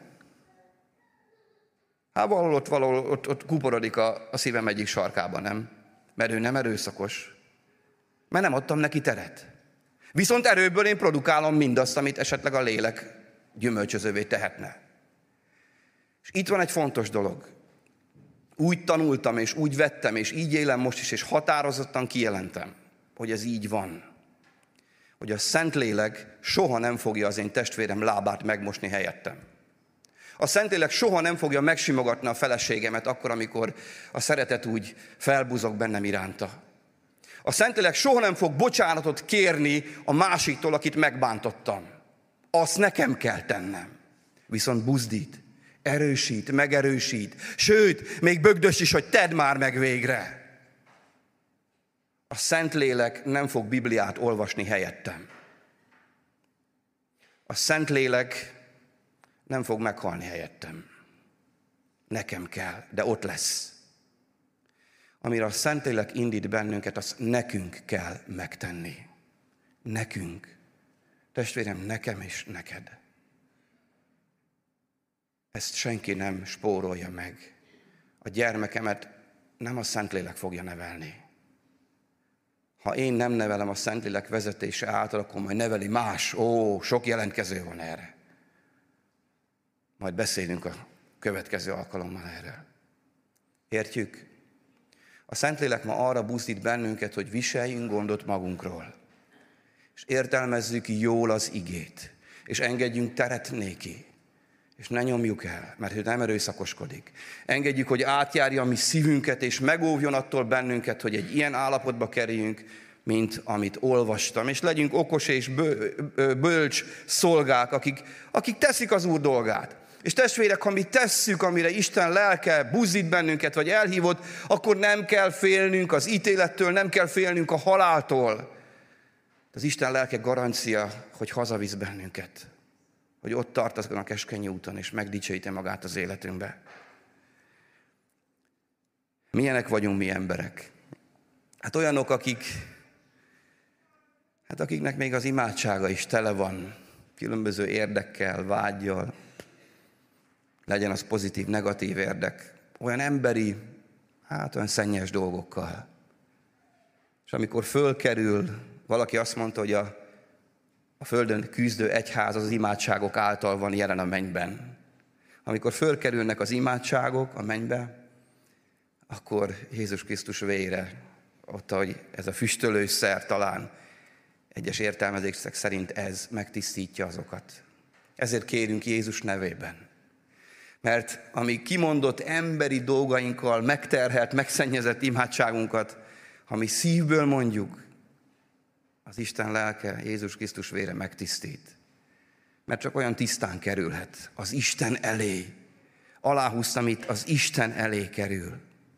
Hát valahol ott kuporodik a szívem egyik sarkában, nem? Mert ő nem erőszakos. Mert nem adtam neki teret. Viszont erőből én produkálom mindazt, amit esetleg a lélek gyümölcsözővé tehetne. És itt van egy fontos dolog. Úgy tanultam, és úgy vettem, és így élem most is, és határozottan kijelentem, hogy ez így van. Hogy a Szentlélek soha nem fogja az én testvérem lábát megmosni helyettem. A Szentlélek soha nem fogja megsimogatni a feleségemet akkor, amikor a szeretet úgy felbuzog bennem iránta. A Szentlélek soha nem fog bocsánatot kérni a másiktól, akit megbántottam. Azt nekem kell tennem. Viszont buzdít, erősít, megerősít, sőt, még bögdös is, hogy tedd már meg végre. A Szentlélek nem fog Bibliát olvasni helyettem. A Szentlélek nem fog meghalni helyettem. Nekem kell, de ott lesz. Amire a Szentlélek indít bennünket, azt nekünk kell megtenni. Nekünk. Testvérem, nekem és neked. Ezt senki nem spórolja meg. A gyermekemet nem a Szentlélek fogja nevelni. Ha én nem nevelem a Szentlélek vezetése által, akkor majd neveli más. Sok jelentkező van erre. Majd beszélünk a következő alkalommal erről. Értjük? A Szentlélek ma arra buzdít bennünket, hogy viseljünk gondot magunkról. És értelmezzük jól az igét. És engedjünk teret néki. és ne nyomjuk el, mert ő nem erőszakoskodik. Engedjük, hogy átjárja a mi szívünket, és megóvjon attól bennünket, hogy egy ilyen állapotba kerüljünk, mint amit olvastam. És legyünk okos és bölcs szolgák, akik teszik az Úr dolgát. És testvérek, ha mi tesszük, amire Isten lelke buzdít bennünket, vagy elhívott, akkor nem kell félnünk az ítélettől, nem kell félnünk a haláltól. Az Isten lelke garancia, hogy hazavisz bennünket. Hogy ott tart azon a keskeny úton, és megdicsőíti magát az életünkbe. Milyenek vagyunk mi emberek? Hát olyanok, akiknek még az imádsága is tele van, különböző érdekkel, vággyal, legyen az pozitív, negatív érdek, olyan emberi, olyan szennyes dolgokkal. És amikor fölkerül, valaki azt mondta, hogy a földön küzdő egyház az imádságok által van jelen a mennyben. Amikor fölkerülnek az imádságok a mennybe, akkor Jézus Krisztus vére, ott, hogy ez a füstölőszer talán, egyes értelmezések szerint ez megtisztítja azokat. Ezért kérünk Jézus nevében. Mert ami kimondott emberi dolgainkkal megterhelt, megszennyezett imádságunkat, ha mi szívből mondjuk, az Isten lelke, Jézus Krisztus vére megtisztít. Mert csak olyan tisztán kerülhet az Isten elé. Aláhúztam itt, az Isten elé kerül.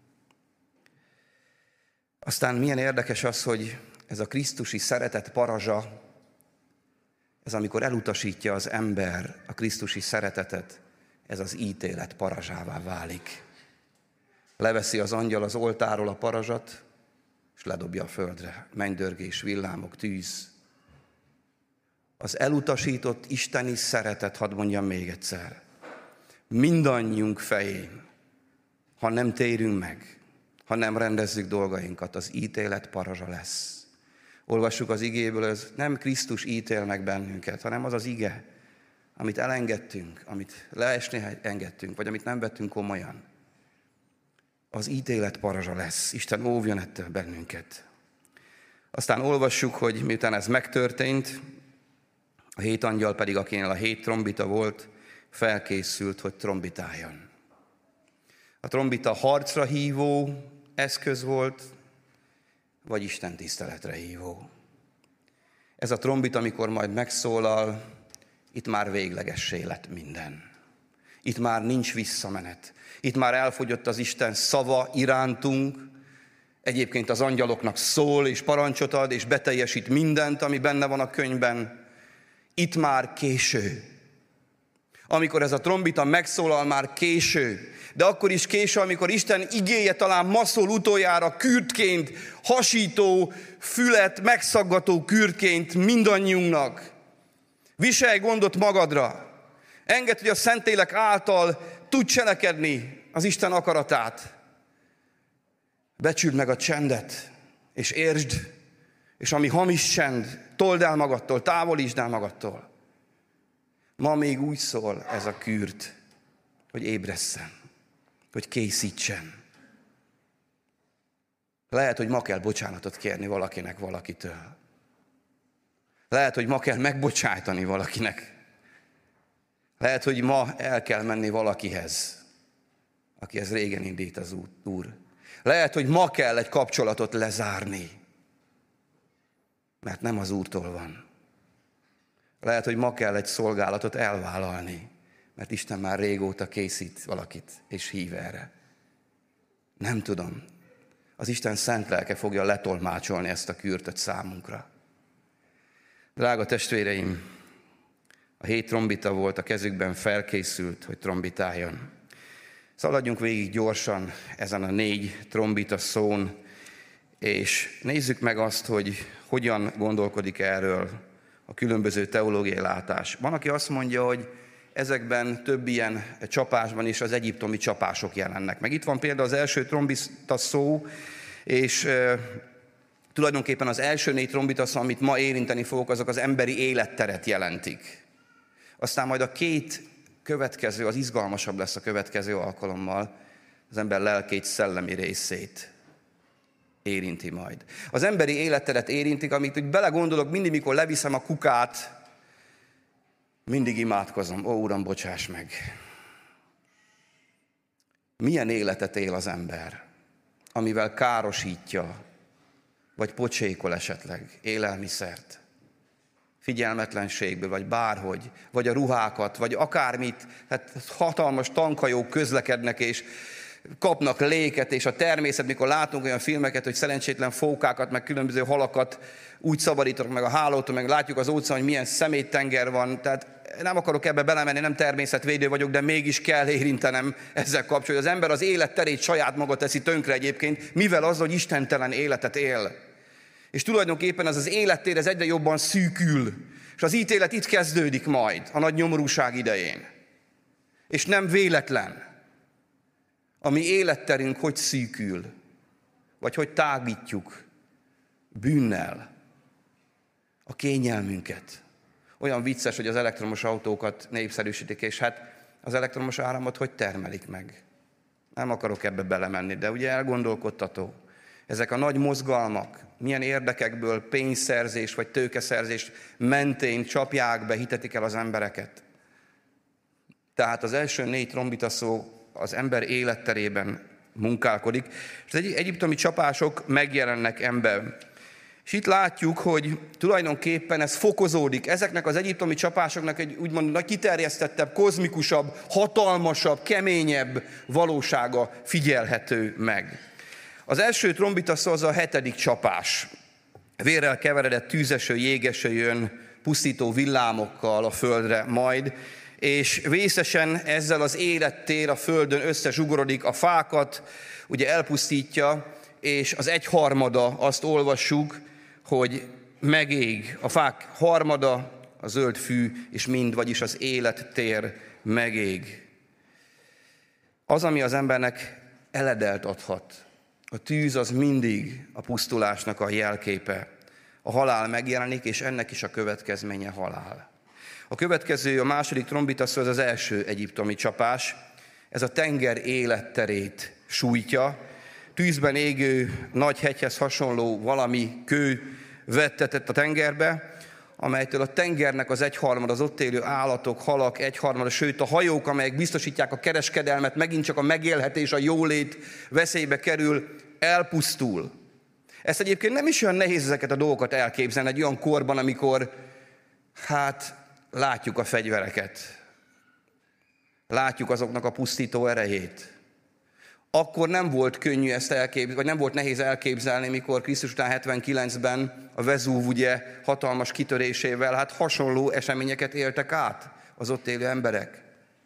Aztán milyen érdekes az, hogy ez a krisztusi szeretet parazsa, ez amikor elutasítja az ember a krisztusi szeretetet, ez az ítélet parazsává válik. Leveszi az angyal az oltáról a parazsat, és ledobja a földre. Mennydörgés, villámok, tűz. Az elutasított isteni szeretet, hadd mondjam még egyszer, mindannyiunk fején, ha nem térünk meg, ha nem rendezzük dolgainkat, az ítélet parazsa lesz. Olvassuk az igéből, ez nem Krisztus ítél meg bennünket, hanem az az ige, amit elengedtünk, amit leesni engedtünk, vagy amit nem vettünk komolyan. Az ítélet parazsa lesz. Isten óvjon ettől bennünket. Aztán olvassuk, hogy miután ez megtörtént, a 7 angyal pedig, akinél a 7 trombita volt, felkészült, hogy trombitáljon. A trombita harcra hívó eszköz volt, vagy Isten tiszteletre hívó. Ez a trombita, amikor majd megszólal, itt már véglegessé lett minden. Itt már nincs visszamenet. Itt már elfogyott az Isten szava irántunk. Egyébként az angyaloknak szól, és parancsot ad, és beteljesít mindent, ami benne van a könyvben. Itt már késő. Amikor ez a trombita megszólal, már késő. De akkor is késő, amikor Isten igéje talán ma szól utoljára kürtként, hasító, fület, megszaggató kürtként mindannyiunknak. Viselj gondot magadra. Engedd, hogy a Szentlélek által tud cselekedni az Isten akaratát. Becsüld meg a csendet, és értsd, és ami hamis csend, told el magadtól, távolítsd el magadtól. Ma még úgy szól ez a kürt, hogy ébresszen, hogy készítsen. Lehet, hogy ma kell bocsánatot kérni valakinek valakitől. Lehet, hogy ma kell megbocsájtani valakinek. Lehet, hogy ma el kell menni valakihez, akihez régen indít az Úr. Lehet, hogy ma kell egy kapcsolatot lezárni, mert nem az Úrtól van. Lehet, hogy ma kell egy szolgálatot elvállalni, mert Isten már régóta készít valakit, és hív erre. Nem tudom. Az Isten szent lelke fogja letolmácsolni ezt a kürtöt számunkra. Drága testvéreim, a 7 trombita volt a kezükben, felkészült, hogy trombitáljon. Szaladjunk végig gyorsan ezen a 4 trombita szón, és nézzük meg azt, hogy hogyan gondolkodik erről a különböző teológiai látás. Van, aki azt mondja, hogy ezekben több ilyen csapásban is az egyiptomi csapások jelennek meg. Itt van például az első trombita szó, és tulajdonképpen az első 4 trombita szó, amit ma érinteni fogok, azok az emberi életteret jelentik. Aztán majd a 2 következő, az izgalmasabb lesz a következő alkalommal, az ember lelkét, szellemi részét érinti majd. Az emberi életteret érintik, amit úgy belegondolok mindig, mikor leviszem a kukát, Mindig imádkozom, ó Uram, bocsáss meg. Milyen életet él az ember, amivel károsítja, vagy pocsékol esetleg élelmiszert, figyelmetlenségből, vagy bárhogy, vagy a ruhákat, vagy akármit, hát hatalmas tankhajók közlekednek, és kapnak léket, és a természet, mikor látunk olyan filmeket, hogy szerencsétlen fókákat, meg különböző halakat úgy szabadítanak meg a hálótól, meg látjuk az óceán, hogy milyen szeméttenger van, tehát nem akarok ebbe belemenni, nem természetvédő vagyok, de mégis kell érintenem ezzel kapcsolatban. Az ember az életterét saját maga teszi tönkre egyébként, mivel az, hogy istentelen életet él. És tulajdonképpen az élettér ez egyre jobban szűkül, és az ítélet itt kezdődik majd, a nagy nyomorúság idején. És nem véletlen, a mi életterünk hogy szűkül, vagy hogy tágítjuk bűnnel a kényelmünket. Olyan vicces, hogy az elektromos autókat népszerűsítik, és hát az elektromos áramot hogy termelik meg? Nem akarok ebbe belemenni, de ugye elgondolkodtató. Ezek a nagy mozgalmak, milyen érdekekből pénzszerzés vagy tőkeszerzés mentén csapják be, hitetik el az embereket. Tehát az első 4 trombita szó az ember életterében munkálkodik, és az egyiptomi csapások megjelennek ember. És itt látjuk, hogy tulajdonképpen ez fokozódik. Ezeknek az egyiptomi csapásoknak egy úgymond nagy kiterjesztettebb, kozmikusabb, hatalmasabb, keményebb valósága figyelhető meg. Az első trombita szó az a 7. csapás. Vérrel keveredett tűzeső, jégeső jön pusztító villámokkal a földre majd, és vészesen ezzel az élettér a földön összezsugorodik, a fákat ugye elpusztítja, és az 1/3 azt olvassuk, hogy megég. A fák harmada, a zöld fű, és mind, vagyis az élettér megég. Az, ami az embernek eledelt adhat. A tűz az mindig a pusztulásnak a jelképe. A halál megjelenik, és ennek is a következménye halál. A következő, a második trombita szó, az első egyiptomi csapás. Ez a tenger életterét sújtja. Tűzben égő nagy hegyhez hasonló valami kő vettetett a tengerbe, amelytől a tengernek az 1/3, az ott élő állatok, halak 1/3, sőt a hajók, amelyek biztosítják a kereskedelmet, megint csak a megélhetés, a jólét veszélybe kerül, elpusztul. Ezt egyébként nem is olyan nehéz ezeket a dolgokat elképzelni egy olyan korban, amikor látjuk a fegyvereket, látjuk azoknak a pusztító erejét. Akkor nem volt könnyű ezt elképzelni, vagy nem volt nehéz elképzelni, mikor Krisztus után 79-ben a Vezúv ugye hatalmas kitörésével, hasonló eseményeket éltek át az ott élő emberek.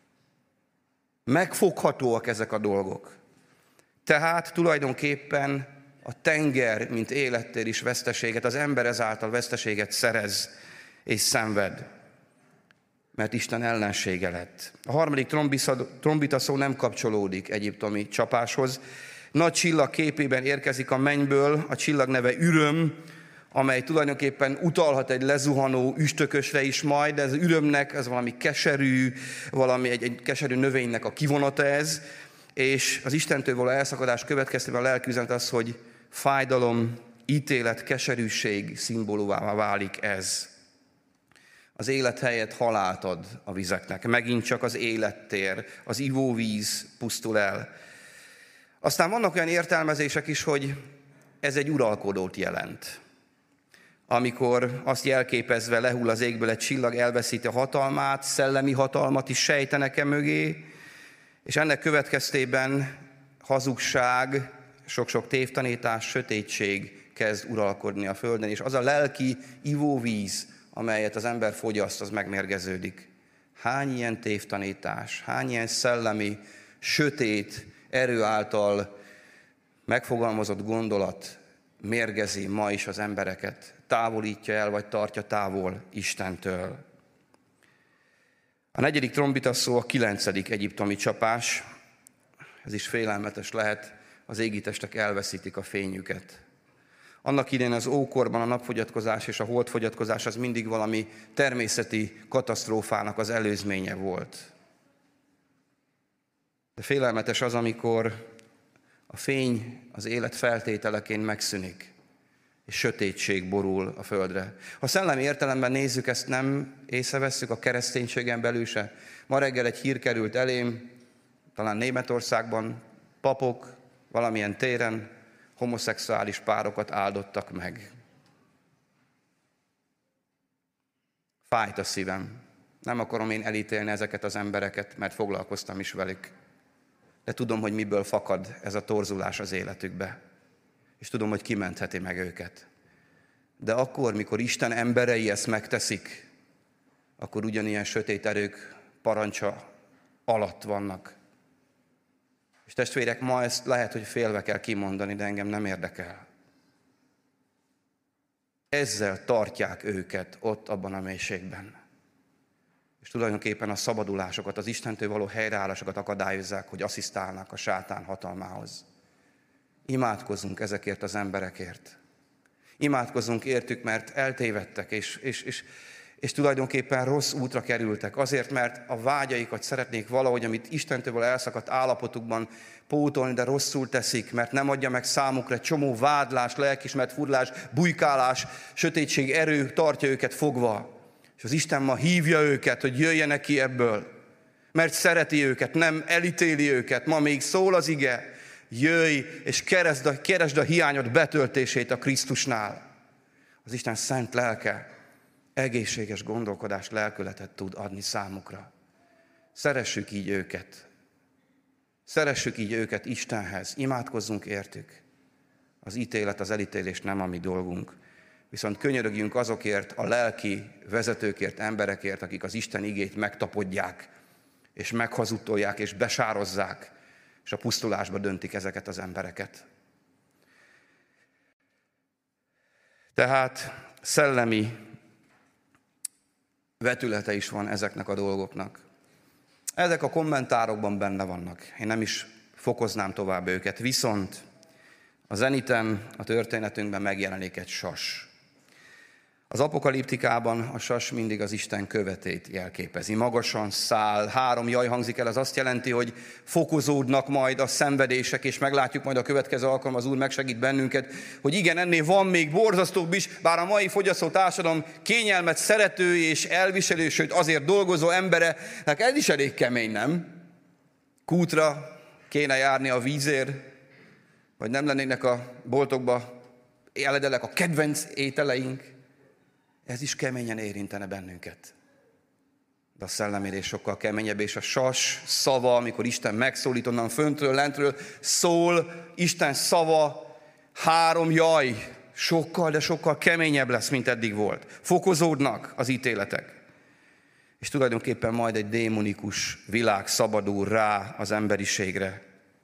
Megfoghatóak ezek a dolgok. Tehát tulajdonképpen a tenger, mint élettér is veszteséget, az ember ezáltal veszteséget szerez és szenved, mert Isten ellensége lett. A harmadik trombita szó nem kapcsolódik egyiptomi csapáshoz. Nagy csillag képében érkezik a mennyből, a csillag neve Üröm, amely tulajdonképpen utalhat egy lezuhanó üstökösre is majd, de ez Ürömnek, ez valami keserű, valami egy keserű növénynek a kivonata ez, és az Istentől való elszakadás következtében a lelki üzenet az, hogy fájdalom, ítélet, keserűség szimbólumává válik ez. Az élet helyett halált ad a vizeknek. Megint csak az élettér, az ivóvíz pusztul el. Aztán vannak olyan értelmezések is, hogy ez egy uralkodót jelent. Amikor azt jelképezve lehull az égből egy csillag, elveszíti a hatalmát, szellemi hatalmat is sejtenek mögé, és ennek következtében hazugság, sok-sok tévtanítás, sötétség kezd uralkodni a földön, és az a lelki ivóvíz, amelyet az ember fogyaszt, az megmérgeződik. Hány ilyen tévtanítás, hány ilyen szellemi, sötét erő által megfogalmazott gondolat mérgezi ma is az embereket, távolítja el, vagy tartja távol Istentől. A negyedik trombita szó a 9. egyiptomi csapás. Ez is félelmetes lehet, az égitestek elveszítik a fényüket. Annak idején az ókorban a napfogyatkozás és a holdfogyatkozás az mindig valami természeti katasztrófának az előzménye volt. De félelmetes az, amikor a fény az élet feltételeként megszűnik, és sötétség borul a földre. Ha szellemi értelemben nézzük, ezt nem észrevesszük a kereszténységen belül se. Ma reggel egy hír került elém, talán Németországban papok valamilyen téren homoszexuális párokat áldottak meg. Fájt a szívem. Nem akarom én elítélni ezeket az embereket, mert foglalkoztam is velük. De tudom, hogy miből fakad ez a torzulás az életükbe. És tudom, hogy kimentheti meg őket. De akkor, mikor Isten emberei ezt megteszik, akkor ugyanilyen sötét erők parancsa alatt vannak. És testvérek, ma ezt lehet, hogy félve kell kimondani, de engem nem érdekel. Ezzel tartják őket ott abban a mélységben. És tulajdonképpen a szabadulásokat, az Istentől való helyreállásokat akadályozzák, hogy asszisztálnak a sátán hatalmához. Imádkozzunk ezekért az emberekért. Imádkozzunk értük, mert eltévedtek, és tulajdonképpen rossz útra kerültek. Azért, mert a vágyaikat szeretnék valahogy, amit Istentől való elszakadt állapotukban pótolni, de rosszul teszik, mert nem adja meg számukra egy csomó vádlás, lelkiismeret furlás, bujkálás, sötétség, erő tartja őket fogva. És az Isten ma hívja őket, hogy jöjjenek ki ebből, mert szereti őket, nem elítéli őket. Ma még szól az ige, jöjj és keresd a hiányod betöltését a Krisztusnál. Az Isten szent lelke egészséges gondolkodást, lelkületet tud adni számukra. Szeressük így őket. Szeressük így őket Istenhez. Imádkozzunk értük. Az ítélet, az elítélés nem a mi dolgunk. Viszont könyörögjünk azokért, a lelki vezetőkért, emberekért, akik az Isten igét megtapodják, és meghazudtolják, és besározzák, és a pusztulásba döntik ezeket az embereket. Tehát szellemi vetülete is van ezeknek a dolgoknak. Ezek a kommentárokban benne vannak. Én nem is fokoznám tovább őket. Viszont a zeniten, a történetünkben megjelenik egy sas. Az apokaliptikában a sas mindig az Isten követét jelképezi. Magasan száll, 3 jaj hangzik el, az azt jelenti, hogy fokozódnak majd a szenvedések, és meglátjuk majd a következő alkalommal, az Úr megsegít bennünket, hogy igen, ennél van még borzasztóbb is, bár a mai fogyasztó társadalom kényelmet szerető és elviselő, sőt azért dolgozó embere, ez is elég kemény, nem? Kútra kéne járni a vízért, vagy nem lennének a boltokba eledelek a kedvenc ételeink. Ez is keményen érintene bennünket. De a szellemérés sokkal keményebb, és a sas szava, amikor Isten megszólít onnan föntről, lentről, szól, Isten szava, 3 jaj, sokkal, de sokkal keményebb lesz, mint eddig volt. Fokozódnak az ítéletek. És tulajdonképpen majd egy démonikus világ szabadul rá az emberiségre.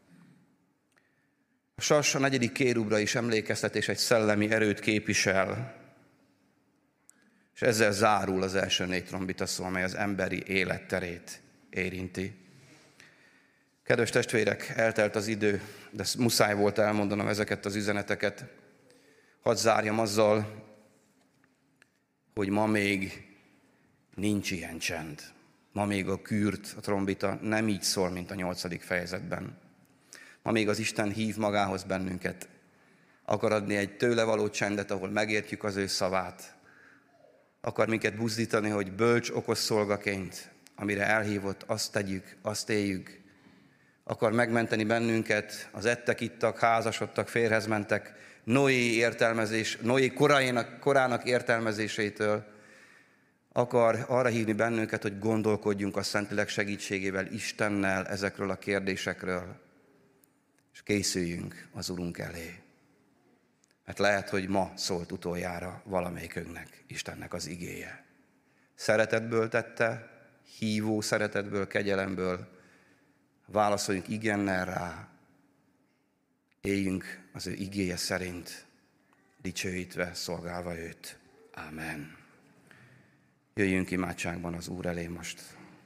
A sas a 4. kérubra is emlékeztet, és egy szellemi erőt képvisel. És ezzel zárul az első 4 trombita szó, amely az emberi életterét érinti. Kedves testvérek, eltelt az idő, de muszáj volt elmondanom ezeket az üzeneteket. Hadd zárjam azzal, hogy ma még nincs ilyen csend. Ma még a kürt, a trombita nem így szól, mint a 8. fejezetben. Ma még az Isten hív magához bennünket. Akar adni egy tőle való csendet, ahol megértjük az ő szavát. Akar minket buzdítani, hogy bölcs, okos szolgaként, amire elhívott, azt tegyük, azt éljük. Akar megmenteni bennünket, az ettek, ittak, házasodtak, férjhez mentek, Noé korának értelmezésétől. Akar arra hívni bennünket, hogy gondolkodjunk a Szentlélek segítségével, Istennel ezekről a kérdésekről, és készüljünk az Urunk elé. Mert lehet, hogy ma szólt utoljára valamelyikünknek Istennek az igéje. Szeretetből tette, hívó szeretetből, kegyelemből. Válaszoljunk igennel rá, éljünk az ő igéje szerint, dicsőítve, szolgálva őt. Ámen. Jöjjünk imádságban az Úr elé most.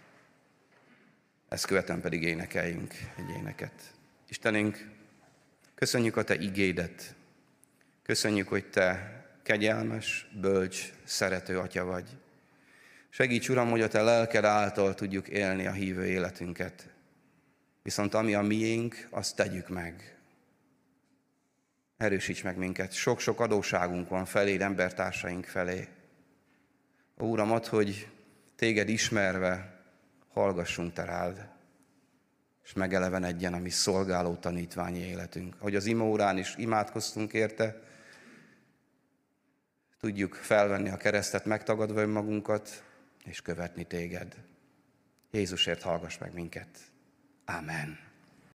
Ezt követően pedig énekeljünk egy éneket. Istenünk, köszönjük a Te igédet. Köszönjük, hogy Te kegyelmes, bölcs, szerető Atya vagy. Segíts, Uram, hogy a Te lelked által tudjuk élni a hívő életünket. Viszont ami a miénk, azt tegyük meg. Erősíts meg minket. Sok-sok adósságunk van feléd, embertársaink felé. Uram, add, hogy téged ismerve hallgassunk te rád, és megelevenedjen a mi szolgáló tanítványi életünk. Ahogy az imaórán is imádkoztunk érte, tudjuk felvenni a keresztet megtagadva önmagunkat, és követni téged. Jézusért hallgass meg minket. Amen.